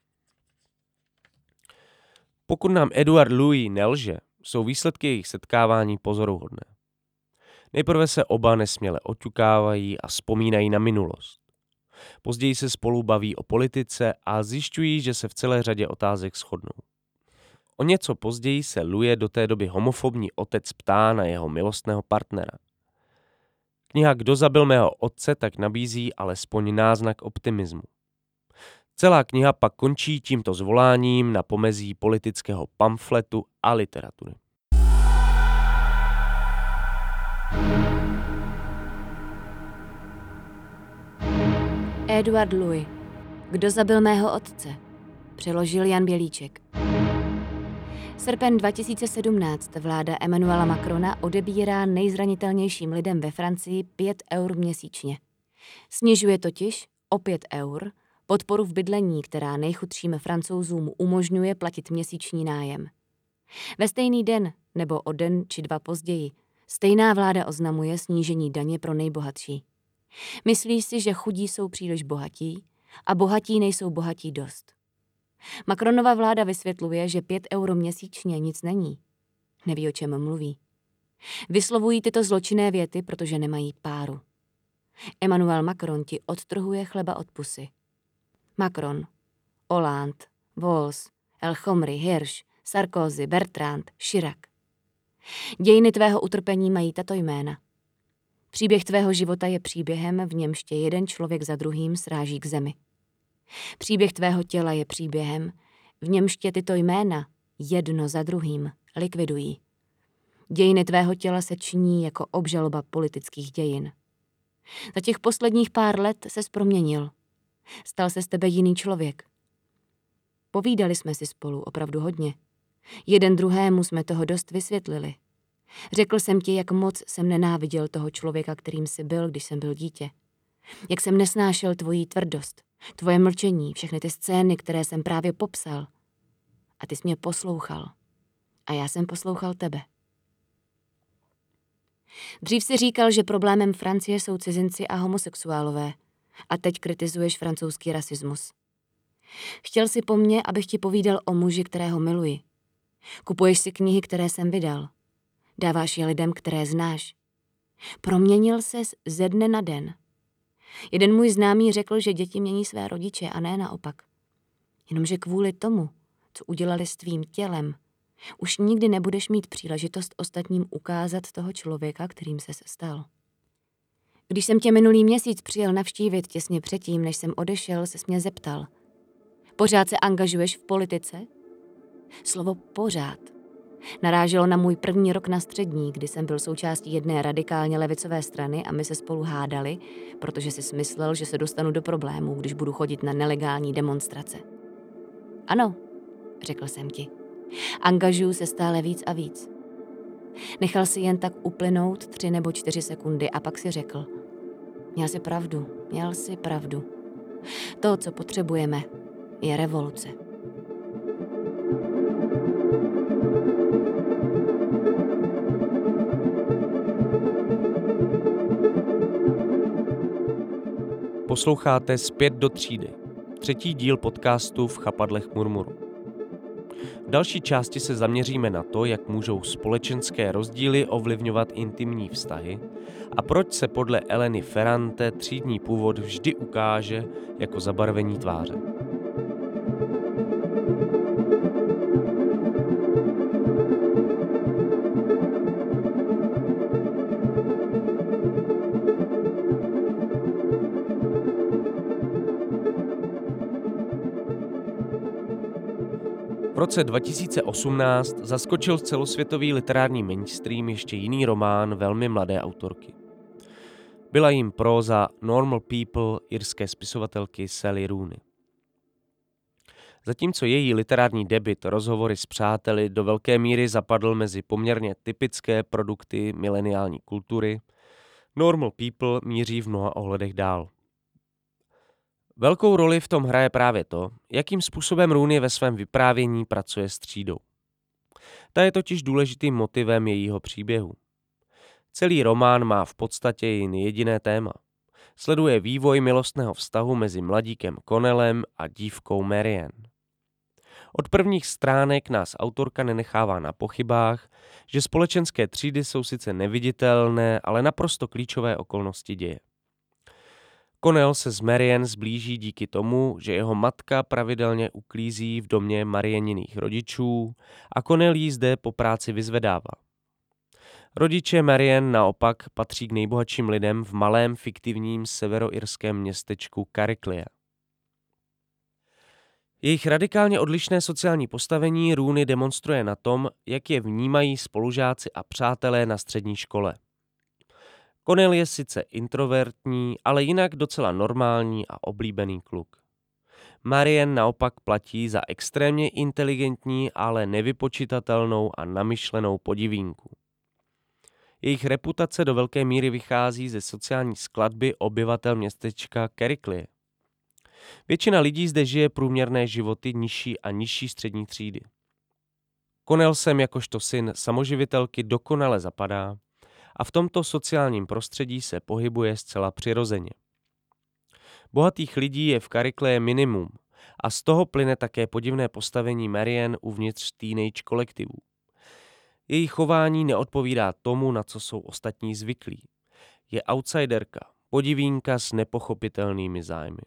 Pokud nám Edouard Louis nelže, jsou výsledky jejich setkávání pozoruhodné. Nejprve se oba nesměle oťukávají a vzpomínají na minulost. Později se spolu baví o politice a zjišťují, že se v celé řadě otázek shodnou. O něco později se Louis do té doby homofobní otec ptá na jeho milostného partnera. Kniha Kdo zabil mého otce tak nabízí alespoň náznak optimismu. Celá kniha pak končí tímto zvoláním na pomezí politického pamfletu a literatury. Edouard Louis. Kdo zabil mého otce? Přeložil Jan Bělíček. Srpen dva tisíce sedmnáct vláda Emmanuela Macrona odebírá nejzranitelnějším lidem ve Francii pět eur měsíčně. Snižuje totiž o pět eur podporu v bydlení, která nejchudším Francouzům umožňuje platit měsíční nájem. Ve stejný den, nebo o den či dva později, stejná vláda oznamuje snížení daně pro nejbohatší. Myslí si, že chudí jsou příliš bohatí a bohatí nejsou bohatí dost. Macronova vláda vysvětluje, že pět euro měsíčně nic není. Neví, o čem mluví. Vyslovují tyto zločinné věty, protože nemají páru. Emmanuel Macron ti odtrhuje chleba od pusy. Macron, Hollande, Valls, El Khomri, Hirsch, Sarkozy, Bertrand, Chirac. Dějiny tvého utrpení mají tato jména. Příběh tvého života je příběhem, v němž tě jeden člověk za druhým sráží k zemi. Příběh tvého těla je příběhem, v němž tě tyto jména jedno za druhým likvidují. Dějiny tvého těla se činí jako obžaloba politických dějin. Za těch posledních pár let ses proměnil. Stal se z tebe jiný člověk. Povídali jsme si spolu opravdu hodně. Jeden druhému jsme toho dost vysvětlili. Řekl jsem ti, jak moc jsem nenáviděl toho člověka, kterým jsi byl, když jsem byl dítě. Jak jsem nesnášel tvoji tvrdost, tvoje mlčení, všechny ty scény, které jsem právě popsal. A ty jsi mě poslouchal. A já jsem poslouchal tebe. Dřív si říkal, že problémem Francie jsou cizinci a homosexuálové. A teď kritizuješ francouzský rasismus. Chtěl si po mně, abych ti povídal o muži, kterého miluji. Kupuješ si knihy, které jsem vydal. Dáváš je lidem, které znáš. Proměnil ses ze dne na den. Jeden můj známý řekl, že děti mění své rodiče a ne naopak. Jenomže kvůli tomu, co udělali s tvým tělem, už nikdy nebudeš mít příležitost ostatním ukázat toho člověka, kterým ses stal. Když jsem tě minulý měsíc přijel navštívit těsně předtím, než jsem odešel, ses mě zeptal. Pořád se angažuješ v politice? Slovo pořád Naráželo na můj první rok na střední, kdy jsem byl součástí jedné radikálně levicové strany a my se spolu hádali, protože si smyslel, že se dostanu do problémů, když budu chodit na nelegální demonstrace. Ano, řekl jsem ti. Angažuju se stále víc a víc. Nechal si jen tak uplynout tři nebo čtyři sekundy a pak si řekl. Měl jsi pravdu, měl jsi pravdu. To, co potřebujeme, je revoluce. Posloucháte Zpět do třídy, třetí díl podcastu V chapadlech murmuru. V další části se zaměříme na to, jak můžou společenské rozdíly ovlivňovat intimní vztahy a proč se podle Eleny Ferrante třídní původ vždy ukáže jako zabarvení tváře. V roce dva tisíce osmnáct zaskočil celosvětový literární mainstream ještě jiný román velmi mladé autorky. Byla jim próza Normal People irské spisovatelky Sally Rooney. Zatímco její literární debut Rozhovory s přáteli do velké míry zapadl mezi poměrně typické produkty mileniální kultury, Normal People míří v mnoha ohledech dál. Velkou roli v tom hraje právě to, jakým způsobem Rooney ve svém vyprávění pracuje s třídou. Ta je totiž důležitým motivem jejího příběhu. Celý román má v podstatě jen jediné téma. Sleduje vývoj milostného vztahu mezi mladíkem Connellem a dívkou Marianne. Od prvních stránek nás autorka nenechává na pochybách, že společenské třídy jsou sice neviditelné, ale naprosto klíčové okolnosti děje. Connell se s Marianne zblíží díky tomu, že jeho matka pravidelně uklízí v domě Marianniných rodičů a Connell jí zde po práci vyzvedává. Rodiče Marianne naopak patří k nejbohatším lidem v malém fiktivním severoirském městečku Carricklea. Jejich radikálně odlišné sociální postavení Rooney demonstruje na tom, jak je vnímají spolužáci a přátelé na střední škole. Connell je sice introvertní, ale jinak docela normální a oblíbený kluk. Marianne naopak platí za extrémně inteligentní, ale nevypočitatelnou a namyšlenou podivínku. Jejich reputace do velké míry vychází ze sociální skladby obyvatel městečka Carricklea. Většina lidí zde žije průměrné životy nižší a nižší střední třídy. Connell sem jakožto syn samoživitelky dokonale zapadá a v tomto sociálním prostředí se pohybuje zcela přirozeně. Bohatých lidí je v Carricklea minimum a z toho plyne také podivné postavení Marianne uvnitř teenage kolektivů. Její chování neodpovídá tomu, na co jsou ostatní zvyklí. Je outsiderka, podivínka s nepochopitelnými zájmy.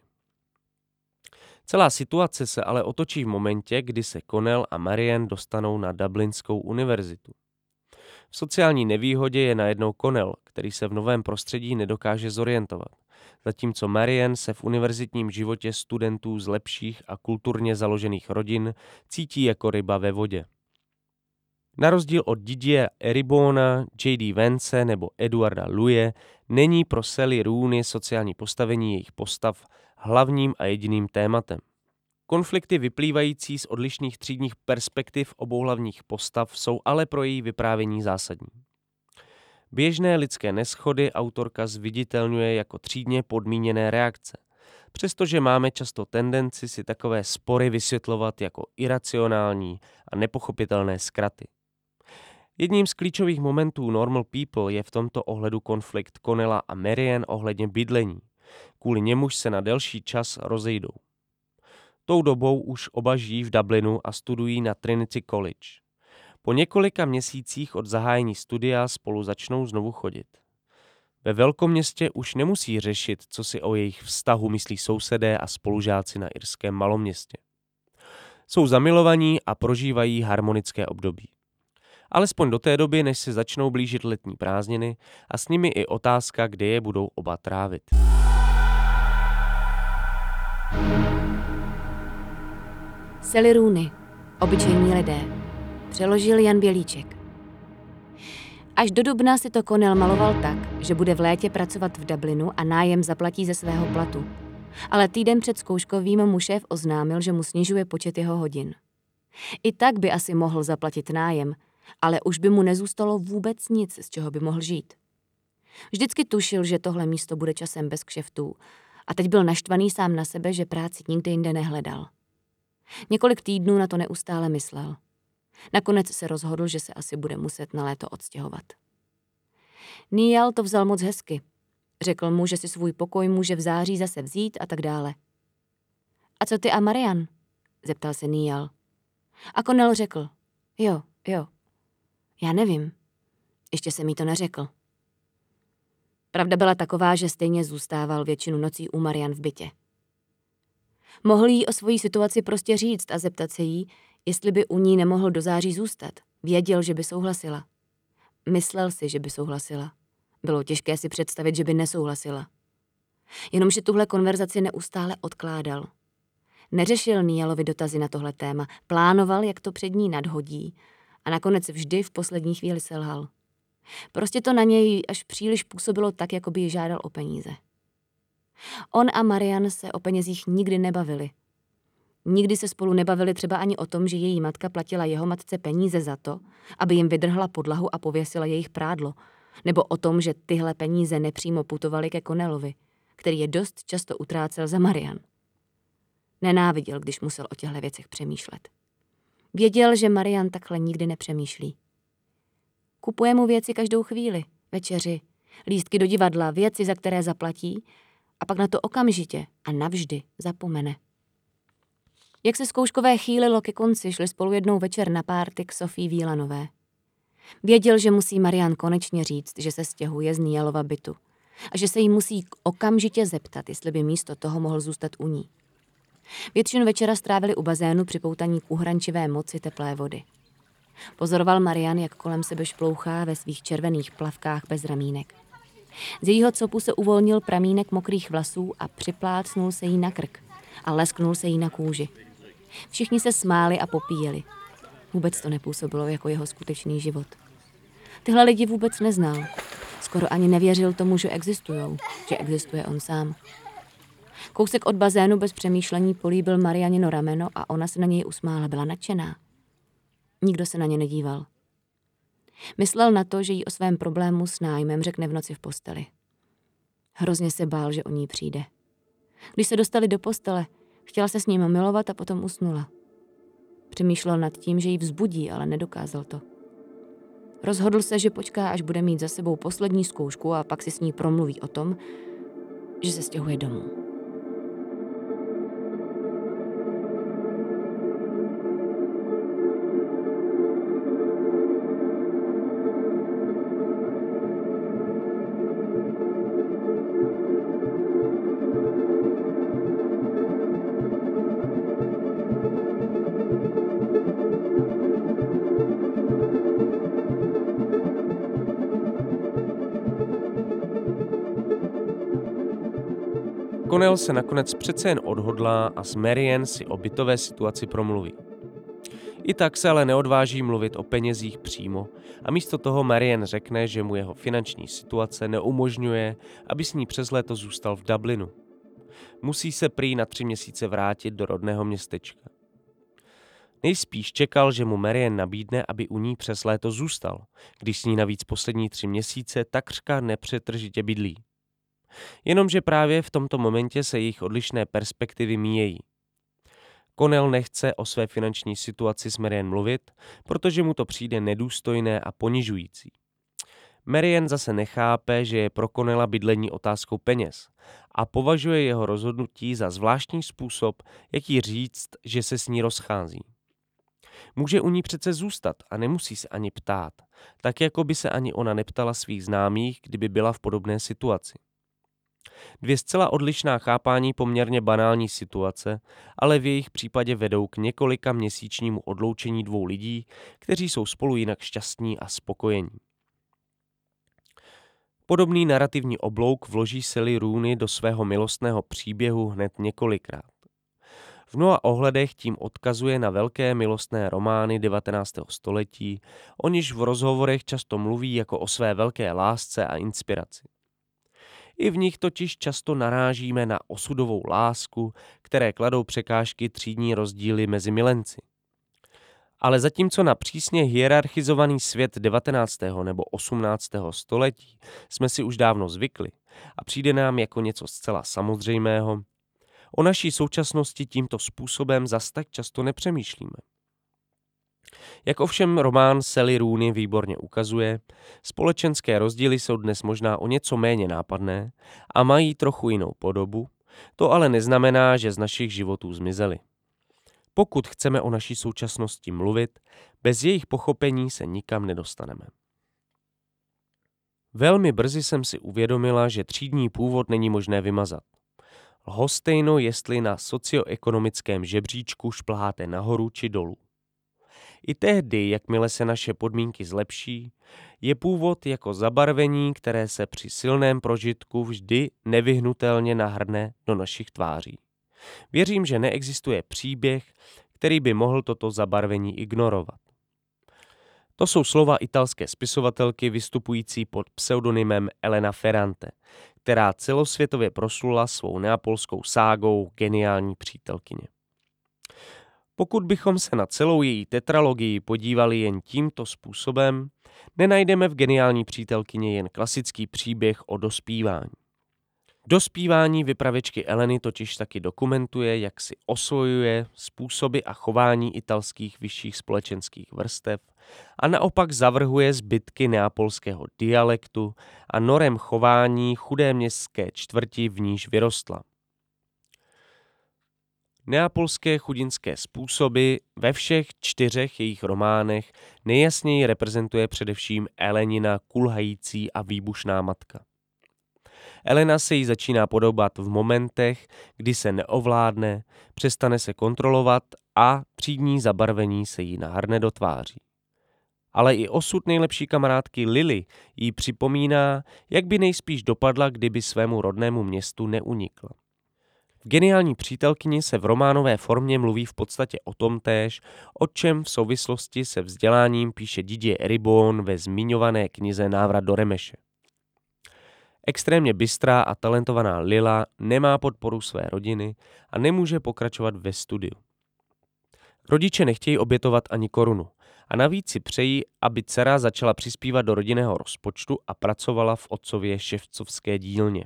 Celá situace se ale otočí v momentě, kdy se Connell a Marianne dostanou na Dublinskou univerzitu. V sociální nevýhodě je najednou Connell, který se v novém prostředí nedokáže zorientovat, zatímco Marianne se v univerzitním životě studentů z lepších a kulturně založených rodin cítí jako ryba ve vodě. Na rozdíl od Didiera Eribona, J D Vance nebo Eduarda Louise není pro Sally Rooney sociální postavení jejich postav hlavním a jediným tématem. Konflikty vyplývající z odlišných třídních perspektiv obou hlavních postav jsou ale pro její vyprávění zásadní. Běžné lidské neshody autorka zviditelňuje jako třídně podmíněné reakce, přestože máme často tendenci si takové spory vysvětlovat jako iracionální a nepochopitelné zkraty. Jedním z klíčových momentů Normal People je v tomto ohledu konflikt Connella a Marianne ohledně bydlení. Kvůli němuž se na delší čas rozejdou. Tou dobou už oba žijí v Dublinu a studují na Trinity College. Po několika měsících od zahájení studia spolu začnou znovu chodit. Ve velkoměstě už nemusí řešit, co si o jejich vztahu myslí sousedé a spolužáci na irském maloměstě. Jsou zamilovaní a prožívají harmonické období. Alespoň do té doby, než se začnou blížit letní prázdniny a s nimi i otázka, kde je budou oba trávit. Sally Rooney, obyčejní lidé. Přeložil Jan Bělíček. Až do dubna si to Connell maloval tak, že bude v létě pracovat v Dublinu a nájem zaplatí ze svého platu. Ale týden před zkouškovým mu šéf oznámil, že mu snižuje počet jeho hodin. I tak by asi mohl zaplatit nájem, ale už by mu nezůstalo vůbec nic, z čeho by mohl žít. Vždycky tušil, že tohle místo bude časem bez kšeftů a teď byl naštvaný sám na sebe, že práci nikde jinde nehledal. Několik týdnů na to neustále myslel. Nakonec se rozhodl, že se asi bude muset na léto odstěhovat. Neal to vzal moc hezky. Řekl mu, že si svůj pokoj může v září zase vzít a tak dále. A co ty a Marian? Zeptal se Neal. A Connell řekl, jo, jo, já nevím, ještě jsem jí to neřekl. Pravda byla taková, že stejně zůstával většinu nocí u Marian v bytě. Mohl jí o svojí situaci prostě říct a zeptat se jí, jestli by u ní nemohl do září zůstat. Věděl, že by souhlasila. Myslel si, že by souhlasila. Bylo těžké si představit, že by nesouhlasila. Jenomže tuhle konverzaci neustále odkládal. Neřešil Nealovi dotazy na tohle téma, plánoval, jak to před ní nadhodí a nakonec vždy v poslední chvíli selhal. Prostě to na něj až příliš působilo tak, jako by ji žádal o peníze. On a Marian se o penězích nikdy nebavili. Nikdy se spolu nebavili třeba ani o tom, že její matka platila jeho matce peníze za to, aby jim vydrhla podlahu a pověsila jejich prádlo, nebo o tom, že tyhle peníze nepřímo putovaly ke Connellovi, který je dost často utrácel za Marian. Nenáviděl, když musel o těchto věcech přemýšlet. Věděl, že Marian takhle nikdy nepřemýšlí. Kupuje mu věci každou chvíli, večeři, lístky do divadla, věci, za které zaplatí, a pak na to okamžitě a navždy zapomene. Jak se zkouškové chýlilo ke konci, šli spolu jednou večer na párty k Sofii Vílanové. Věděl, že musí Marian konečně říct, že se stěhuje z Nealova bytu a že se jí musí okamžitě zeptat, jestli by místo toho mohl zůstat u ní. Většinu večera strávili u bazénu připoutaní k uhrančivé moci teplé vody. Pozoroval Marian, jak kolem sebe šplouchá ve svých červených plavkách bez ramínek. Z jejího copu se uvolnil pramínek mokrých vlasů a připlácnul se jí na krk a lesknul se jí na kůži. Všichni se smáli a popíjeli. Vůbec to nepůsobilo jako jeho skutečný život. Tyhle lidi vůbec neznal. Skoro ani nevěřil tomu, že existujou, že existuje on sám. Kousek od bazénu bez přemýšlení políbil Marianino rameno a ona se na něj usmála, byla nadšená. Nikdo se na ně nedíval. Myslel na to, že jí o svém problému s nájmem řekne v noci v posteli. Hrozně se bál, že o ní přijde. Když se dostali do postele, chtěla se s ním milovat a potom usnula. Přemýšlel nad tím, že ji vzbudí, ale nedokázal to. Rozhodl se, že počká, až bude mít za sebou poslední zkoušku a pak si s ní promluví o tom, že se stěhuje domů. Connell se nakonec přece jen odhodlá a s Marian si o bytové situaci promluví. I tak se ale neodváží mluvit o penězích přímo a místo toho Marian řekne, že mu jeho finanční situace neumožňuje, aby s ní přes léto zůstal v Dublinu. Musí se prý na tři měsíce vrátit do rodného městečka. Nejspíš čekal, že mu Marian nabídne, aby u ní přes léto zůstal, když s ní navíc poslední tři měsíce takřka nepřetržitě bydlí. Jenomže právě v tomto momentě se jejich odlišné perspektivy míjejí. Connell nechce o své finanční situaci s Marian mluvit, protože mu to přijde nedůstojné a ponižující. Marian zase nechápe, že je pro Connella bydlení otázkou peněz a považuje jeho rozhodnutí za zvláštní způsob, jak jí říct, že se s ní rozchází. Může u ní přece zůstat a nemusí se ani ptát, tak jako by se ani ona neptala svých známých, kdyby byla v podobné situaci. Dvě zcela odlišná chápání poměrně banální situace, ale v jejich případě vedou k několika měsíčnímu odloučení dvou lidí, kteří jsou spolu jinak šťastní a spokojení. Podobný narrativní oblouk vloží Sally Rooney do svého milostného příběhu hned několikrát. V mnoha ohledech tím odkazuje na velké milostné romány devatenáctého století, o nichž v rozhovorech často mluví jako o své velké lásce a inspiraci. I v nich totiž často narážíme na osudovou lásku, které kladou překážky třídní rozdíly mezi milenci. Ale zatímco na přísně hierarchizovaný svět devatenáctého nebo osmnáctého století jsme si už dávno zvykli a přijde nám jako něco zcela samozřejmého, o naší současnosti tímto způsobem zas tak často nepřemýšlíme. Jak ovšem román Sally Rooney výborně ukazuje, společenské rozdíly jsou dnes možná o něco méně nápadné a mají trochu jinou podobu, to ale neznamená, že z našich životů zmizely. Pokud chceme o naší současnosti mluvit, bez jejich pochopení se nikam nedostaneme. Velmi brzy jsem si uvědomila, že třídní původ není možné vymazat. Lhostejno, jestli na socioekonomickém žebříčku šplháte nahoru či dolů. I tehdy, jakmile se naše podmínky zlepší, je původ jako zabarvení, které se při silném prožitku vždy nevyhnutelně nahrne do našich tváří. Věřím, že neexistuje příběh, který by mohl toto zabarvení ignorovat. To jsou slova italské spisovatelky vystupující pod pseudonymem Elena Ferrante, která celosvětově proslula svou neapolskou ságou Geniální přítelkyně. Pokud bychom se na celou její tetralogii podívali jen tímto způsobem, nenajdeme v Geniální přítelkyni jen klasický příběh o dospívání. Dospívání vypravěčky Eleny totiž taky dokumentuje, jak si osvojuje způsoby a chování italských vyšších společenských vrstev a naopak zavrhuje zbytky neapolského dialektu a norem chování chudé městské čtvrti, v níž vyrostla. Neapolské chudinské způsoby ve všech čtyřech jejich románech nejjasněji reprezentuje především Elenina kulhající a výbušná matka. Elena se jí začíná podobat v momentech, kdy se neovládne, přestane se kontrolovat a třídní zabarvení se jí nahrne do tváří. Ale i osud nejlepší kamarádky Lily jí připomíná, jak by nejspíš dopadla, kdyby svému rodnému městu neunikla. V Geniální přítelkyni se v románové formě mluví v podstatě o tom též, o čem v souvislosti se vzděláním píše Didier Eribon ve zmiňované knize Návrat do Remeše. Extrémně bystrá a talentovaná Lila nemá podporu své rodiny a nemůže pokračovat ve studiu. Rodiče nechtějí obětovat ani korunu a navíc si přejí, aby dcera začala přispívat do rodinného rozpočtu a pracovala v otcově ševcovské dílně.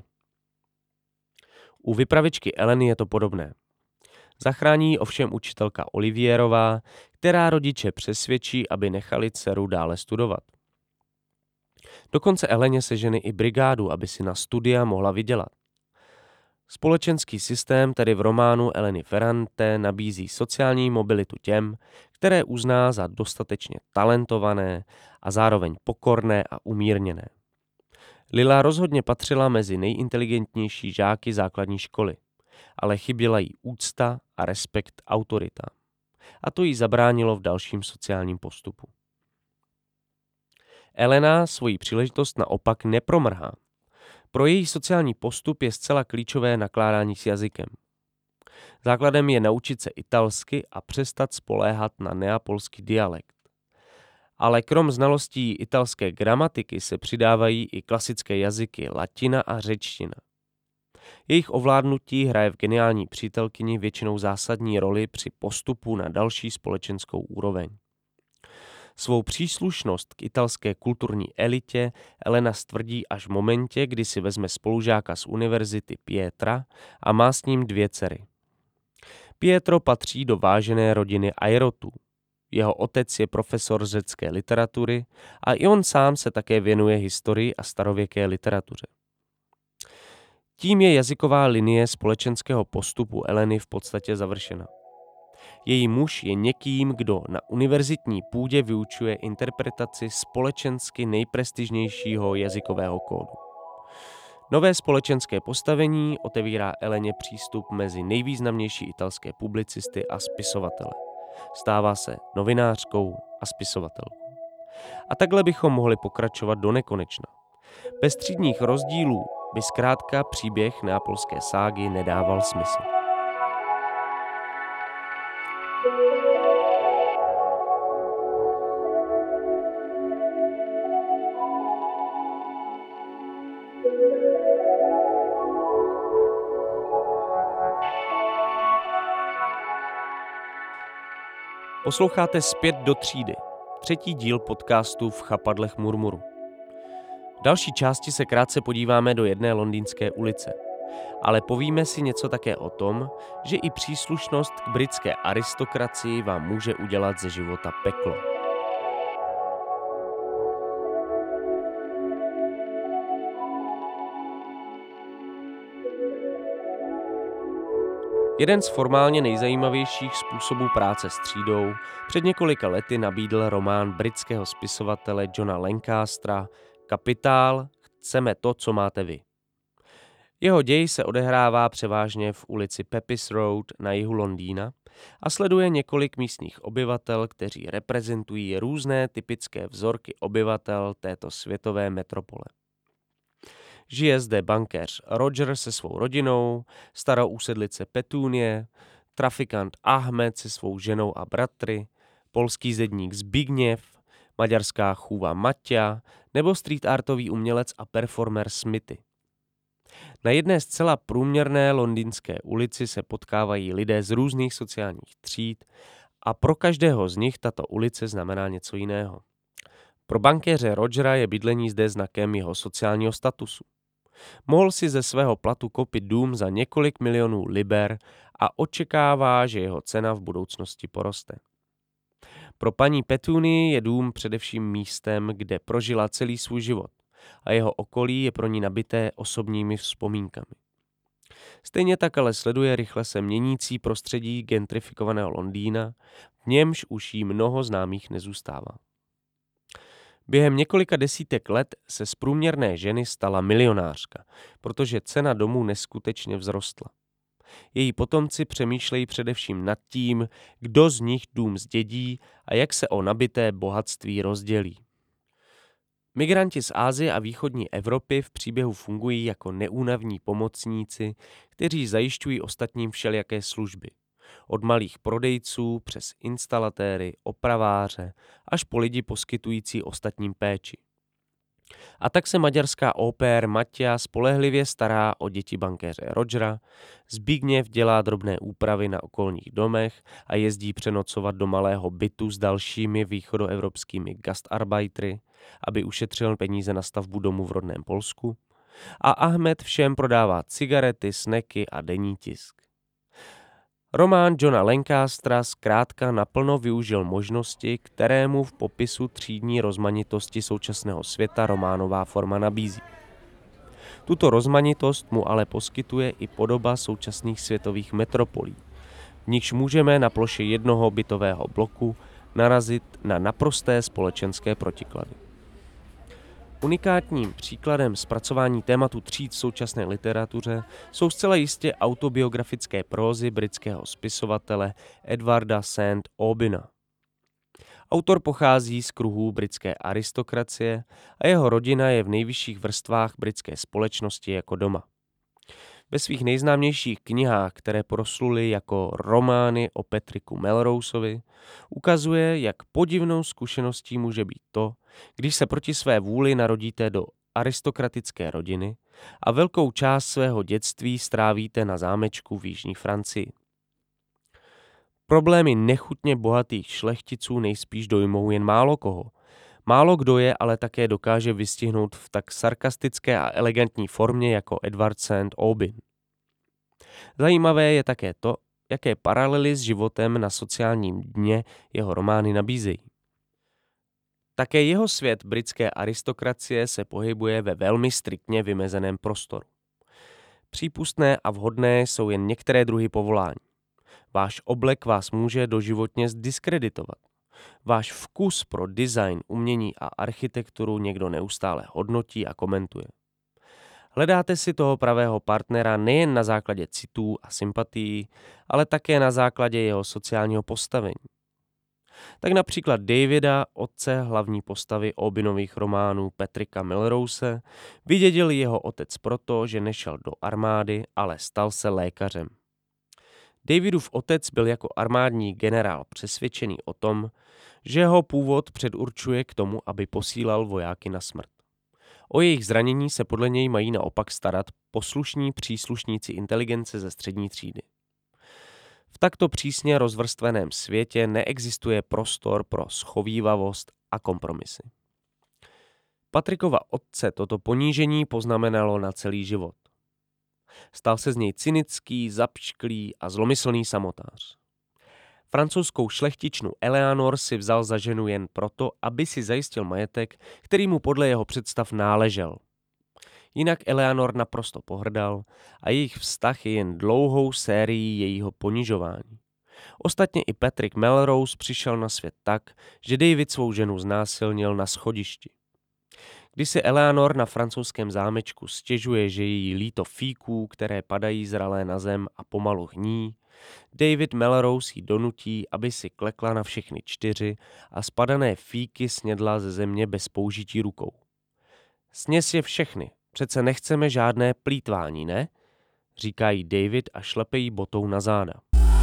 U vypravěčky Eleny je to podobné. Zachrání ji ovšem učitelka Olivierová, která rodiče přesvědčí, aby nechali dceru dále studovat. Dokonce Eleně sežene i brigádu, aby si na studia mohla vydělat. Společenský systém tedy v románu Eleny Ferrante nabízí sociální mobilitu těm, které uzná za dostatečně talentované a zároveň pokorné a umírněné. Lila rozhodně patřila mezi nejinteligentnější žáky základní školy, ale chyběla jí úcta a respekt autoritám. A to jí zabránilo v dalším sociálním postupu. Elena svoji příležitost naopak nepromrhá. Pro její sociální postup je zcela klíčové nakládání s jazykem. Základem je naučit se italsky a přestat spoléhat na neapolský dialekt. Ale krom znalostí italské gramatiky se přidávají i klasické jazyky latina a řečtina. Jejich ovládnutí hraje v Geniální přítelkyni většinou zásadní roli při postupu na další společenskou úroveň. Svou příslušnost k italské kulturní elitě Elena stvrdí až v momentě, kdy si vezme spolužáka z univerzity Pietra a má s ním dvě dcery. Pietro patří do vážené rodiny Airotů. Jeho otec je profesor řecké literatury a i on sám se také věnuje historii a starověké literatuře. Tím je jazyková linie společenského postupu Eleny v podstatě završena. Její muž je někým, kdo na univerzitní půdě vyučuje interpretaci společensky nejprestižnějšího jazykového kódu. Nové společenské postavení otevírá Eleně přístup mezi nejvýznamnější italské publicisty a spisovatele. Stává se novinářkou a spisovatelkou. A takhle bychom mohli pokračovat do nekonečna. Bez třídních rozdílů by zkrátka příběh neapolské ságy nedával smysl. Posloucháte Zpět do třídy, třetí díl podcastu V chapadlech murmuru. V další části se krátce podíváme do jedné londýnské ulice. Ale povíme si něco také o tom, že i příslušnost k britské aristokracii vám může udělat ze života peklo. Jeden z formálně nejzajímavějších způsobů práce s třídou před několika lety nabídl román britského spisovatele Johna Lancastera Kapitál, chceme to, co máte vy. Jeho děj se odehrává převážně v ulici Pepys Road na jihu Londýna a sleduje několik místních obyvatel, kteří reprezentují různé typické vzorky obyvatel této světové metropole. Žije zde bankéř Roger se svou rodinou, starousedlice Petunie, trafikant Ahmed se svou ženou a bratry, polský zedník Zbigněv, maďarská chůva Maťa nebo street artový umělec a performer Smithy. Na jedné zcela průměrné londýnské ulici se potkávají lidé z různých sociálních tříd a pro každého z nich tato ulice znamená něco jiného. Pro bankéře Rogera je bydlení zde znakem jeho sociálního statusu. Mohl si ze svého platu koupit dům za několik milionů liber a očekává, že jeho cena v budoucnosti poroste. Pro paní Petunii je dům především místem, kde prožila celý svůj život a jeho okolí je pro ní nabité osobními vzpomínkami. Stejně tak ale sleduje rychle se měnící prostředí gentrifikovaného Londýna, v němž už jí mnoho známých nezůstává. Během několika desítek let se z průměrné ženy stala milionářka, protože cena domů neskutečně vzrostla. Její potomci přemýšlejí především nad tím, kdo z nich dům zdědí a jak se o nabité bohatství rozdělí. Migranti z Asie a východní Evropy v příběhu fungují jako neúnavní pomocníci, kteří zajišťují ostatním všelijaké služby. Od malých prodejců přes instalatéry, opraváře, až po lidi poskytující ostatním péči. A tak se maďarská au pair Maťa spolehlivě stará o děti bankéře Rogera, Zbigněv dělá drobné úpravy na okolních domech a jezdí přenocovat do malého bytu s dalšími východoevropskými gastarbeitery, aby ušetřil peníze na stavbu domu v rodném Polsku. A Ahmed všem prodává cigarety, sneky a denní tisk. Román Johna Lancastera zkrátka naplno využil možnosti, které mu v popisu třídní rozmanitosti současného světa románová forma nabízí. Tuto rozmanitost mu ale poskytuje i podoba současných světových metropolí, v nichž můžeme na ploše jednoho bytového bloku narazit na naprosté společenské protiklady. Unikátním příkladem zpracování tématu tříd v současné literatuře jsou zcela jistě autobiografické prózy britského spisovatele Edwarda St. Aubyna. Autor pochází z kruhů britské aristokracie a jeho rodina je v nejvyšších vrstvách britské společnosti jako doma. Ve svých nejznámějších knihách, které prosluly jako romány o Patricku Melrouseovi, ukazuje, jak podivnou zkušeností může být to, když se proti své vůli narodíte do aristokratické rodiny a velkou část svého dětství strávíte na zámečku v jižní Francii. Problémy nechutně bohatých šlechticů nejspíš dojmou jen málo koho. Málo kdo je ale také dokáže vystihnout v tak sarkastické a elegantní formě jako Edward St. Aubyn. Zajímavé je také to, jaké paralely s životem na sociálním dně jeho romány nabízejí. Také jeho svět britské aristokracie se pohybuje ve velmi striktně vymezeném prostoru. Přípustné a vhodné jsou jen některé druhy povolání. Váš oblek vás může doživotně zdiskreditovat. Váš vkus pro design, umění a architekturu někdo neustále hodnotí a komentuje. Hledáte si toho pravého partnera nejen na základě citů a sympatií, ale také na základě jeho sociálního postavení. Tak například Davida, otce hlavní postavy Aubynových románů Patricka Melrouse, vydědil jeho otec proto, že nešel do armády, ale stal se lékařem. Davidův otec byl jako armádní generál přesvědčený o tom, že ho původ předurčuje k tomu, aby posílal vojáky na smrt. O jejich zranění se podle něj mají naopak starat poslušní příslušníci inteligence ze střední třídy. V takto přísně rozvrstveném světě neexistuje prostor pro schovívavost a kompromisy. Patrickova otce toto ponížení poznamenalo na celý život. Stal se z něj cynický, zapšklý a zlomyslný samotář. Francouzskou šlechtičnu Eleanor si vzal za ženu jen proto, aby si zajistil majetek, který mu podle jeho představ náležel. Jinak Eleanor naprosto pohrdal a jejich vztah je jen dlouhou sérií jejího ponižování. Ostatně i Patrick Melrose přišel na svět tak, že David svou ženu znásilnil na schodišti. Když si Eleanor na francouzském zámečku stěžuje, že je jí líto fíků, které padají zralé na zem a pomalu hní, David Melrose jí donutí, aby si klekla na všechny čtyři a spadané fíky snědla ze země bez použití rukou. Sněz je všechny, přece nechceme žádné plýtvání, ne? Říká jí David a šlepe jí botou na záda.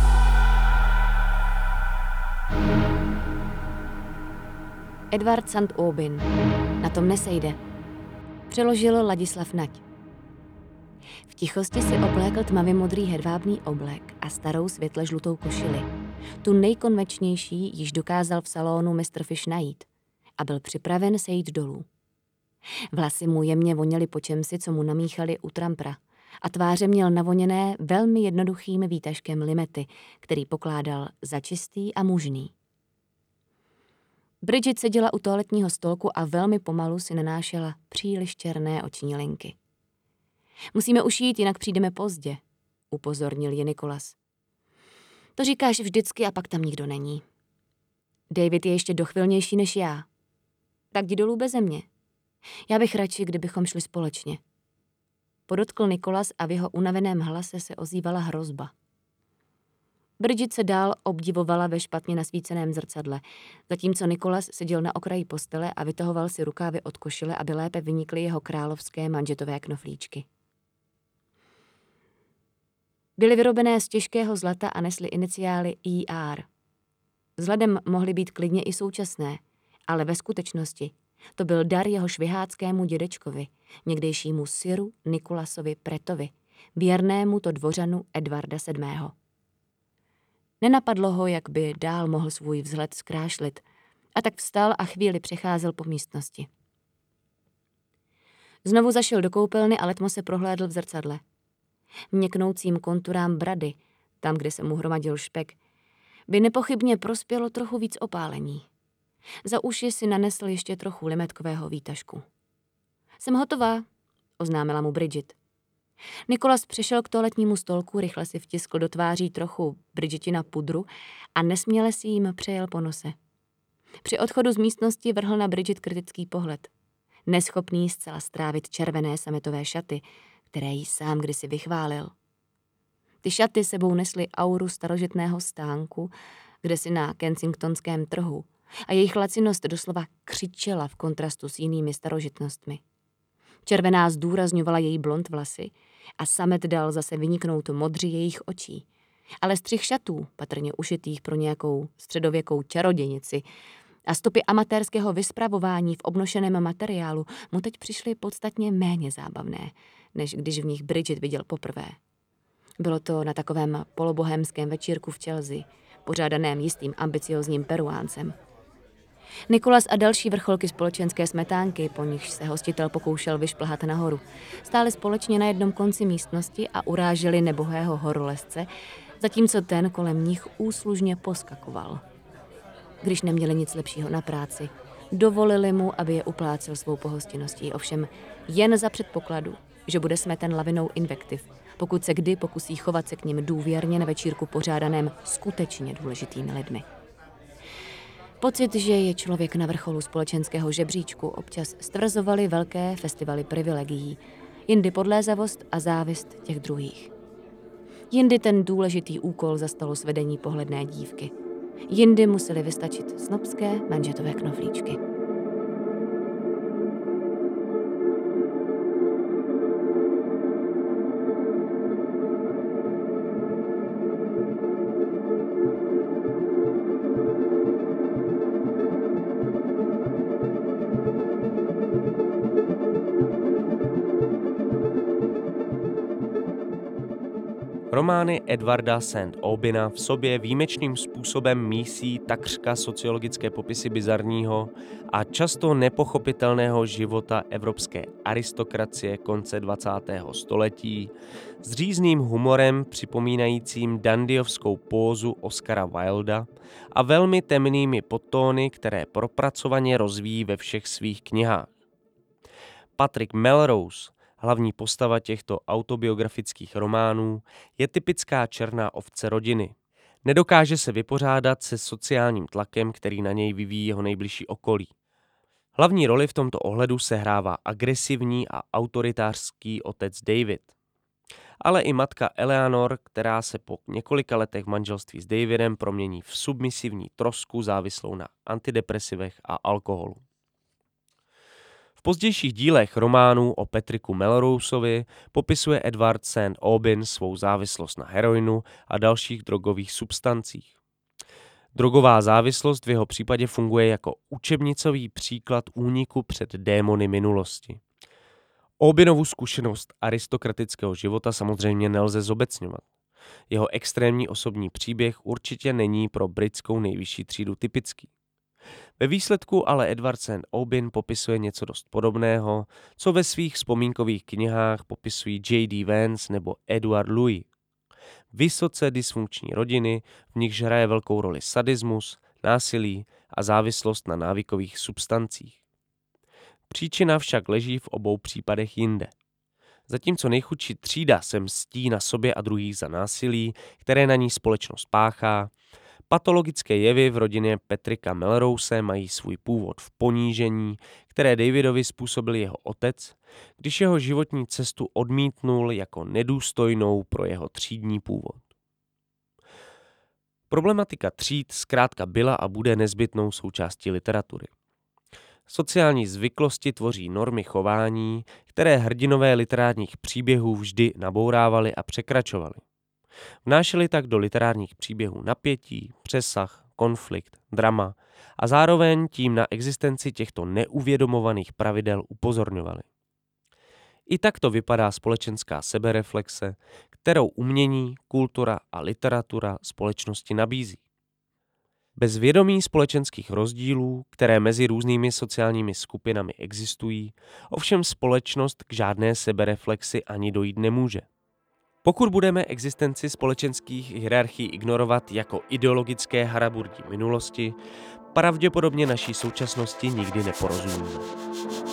Edward Saint-Aubin. Na tom nesejde. Přeložil Ladislav Nať. V tichosti si oblékl tmavě modrý hedvábný oblek a starou světle žlutou košili. Tu nejkonvenčnější již dokázal v salonu mistr Fish najít a byl připraven sejít dolů. Vlasy mu jemně voněly po čemsi, co mu namíchali u trampra, a tváře měl navoněné velmi jednoduchým výtažkem limety, který pokládal za čistý a mužný. Bridget seděla u toaletního stolku a velmi pomalu si nanášela příliš černé oční linky. Musíme už jít, jinak přijdeme pozdě, upozornil ji Nicholas. To říkáš vždycky a pak tam nikdo není. David je ještě dochvilnější než já. Tak jdi dolů beze mě. Já bych radši, kdybychom šli společně. Podotkl Nicholas a v jeho unaveném hlase se ozývala hrozba. Bridget se dál obdivovala ve špatně nasvíceném zrcadle, zatímco Nicholas seděl na okraji postele a vytahoval si rukávy od košile, aby lépe vynikly jeho královské manžetové knoflíčky. Byly vyrobené z těžkého zlata a nesly iniciály E R. Vzhledem mohly být klidně i současné, ale ve skutečnosti to byl dar jeho šviháckému dědečkovi, někdejšímu siru Nikolasovi Pretovi, věrnému to dvořanu Edvarda sedmého. Nenapadlo ho, jak by dál mohl svůj vzhled zkrášlit, a tak vstal a chvíli přecházel po místnosti. Znovu zašel do koupelny a letmo se prohlédl v zrcadle. Měknoucím konturám brady, tam, kde se mu hromadil špek, by nepochybně prospělo trochu víc opálení. Za uši si nanesl ještě trochu limetkového výtažku. Jsem hotová, oznámila mu Bridget. Nicholas přišel k toaletnímu stolku, rychle si vtiskl do tváří trochu Bridgetina pudru a nesměle si jim přejel po nose. Při odchodu z místnosti vrhl na Bridget kritický pohled. Neschopný zcela strávit červené sametové šaty, které jí sám kdysi vychválil. Ty šaty sebou nesly auru starožitného stánku, kde si na kensingtonském trhu, a jejich lacinost doslova křičela v kontrastu s jinými starožitnostmi. Červená zdůrazňovala její blond vlasy a samet dal zase vyniknout modří jejich očí. Ale střih šatů, patrně ušitých pro nějakou středověkou čarodějnici, a stopy amatérského vyspravování v obnošeném materiálu mu teď přišly podstatně méně zábavné, než když v nich Bridget viděl poprvé. Bylo to na takovém polobohémském večírku v Chelsea, pořádaném jistým ambiciozním Peruáncem. Nicholas a další vrcholky společenské smetánky, po nichž se hostitel pokoušel vyšplhat nahoru, stáli společně na jednom konci místnosti a uráželi nebohého horolezce, zatímco ten kolem nich úslužně poskakoval. Když neměli nic lepšího na práci, dovolili mu, aby je uplácel svou pohostinností, ovšem jen za předpokladu, že bude smeten lavinou invektiv, pokud se kdy pokusí chovat se k nim důvěrně na večírku pořádaném skutečně důležitými lidmi. Pocit, že je člověk na vrcholu společenského žebříčku, občas stvrzovaly velké festivaly privilegií, jindy podlézavost a závist těch druhých. Jindy ten důležitý úkol zastalo svedení pohledné dívky. Jindy museli vystačit snobské manžetové knoflíčky. Romány Edwarda Saint-Aubyna v sobě výjimečným způsobem mísí takřka sociologické popisy bizarního a často nepochopitelného života evropské aristokracie konce dvacátého století s řízným humorem připomínajícím dandyovskou pózu Oscara Wilda a velmi temnými podtóny, které propracovaně rozvíjí ve všech svých knihách. Patrick Melrose, hlavní postava těchto autobiografických románů, je typická černá ovce rodiny. Nedokáže se vypořádat se sociálním tlakem, který na něj vyvíjí jeho nejbližší okolí. Hlavní roli v tomto ohledu sehrává agresivní a autoritářský otec David. Ale i matka Eleanor, která se po několika letech manželství s Davidem promění v submisivní trosku závislou na antidepresivech a alkoholu. V pozdějších dílech románů o Patricku Melroseovi popisuje Edward Saint-Aubyn svou závislost na heroinu a dalších drogových substancích. Drogová závislost v jeho případě funguje jako učebnicový příklad úniku před démony minulosti. Aubynovu zkušenost aristokratického života samozřejmě nelze zobecňovat. Jeho extrémní osobní příběh určitě není pro britskou nejvyšší třídu typický. Ve výsledku ale Edward Saint-Aubyn popisuje něco dost podobného, co ve svých vzpomínkových knihách popisují J D Vance nebo Edward Louis. Vysoce dysfunkční rodiny, v nichž hraje velkou roli sadismus, násilí a závislost na návykových substancích. Příčina však leží v obou případech jinde. Zatímco nejchudší třída se mstí na sobě a druhých za násilí, které na ní společnost páchá, patologické jevy v rodině Patricka Melrose mají svůj původ v ponížení, které Davidovi způsobil jeho otec, když jeho životní cestu odmítnul jako nedůstojnou pro jeho třídní původ. Problematika tříd zkrátka byla a bude nezbytnou součástí literatury. Sociální zvyklosti tvoří normy chování, které hrdinové literárních příběhů vždy nabourávaly a překračovaly. Vnášeli tak do literárních příběhů napětí, přesah, konflikt, drama a zároveň tím na existenci těchto neuvědomovaných pravidel upozorňovali. I takto vypadá společenská sebereflexe, kterou umění, kultura a literatura společnosti nabízí. Bez vědomí společenských rozdílů, které mezi různými sociálními skupinami existují, ovšem společnost k žádné sebereflexi ani dojít nemůže. Pokud budeme existenci společenských hierarchií ignorovat jako ideologické haraburdí minulosti, pravděpodobně naší současnosti nikdy neporozumíme.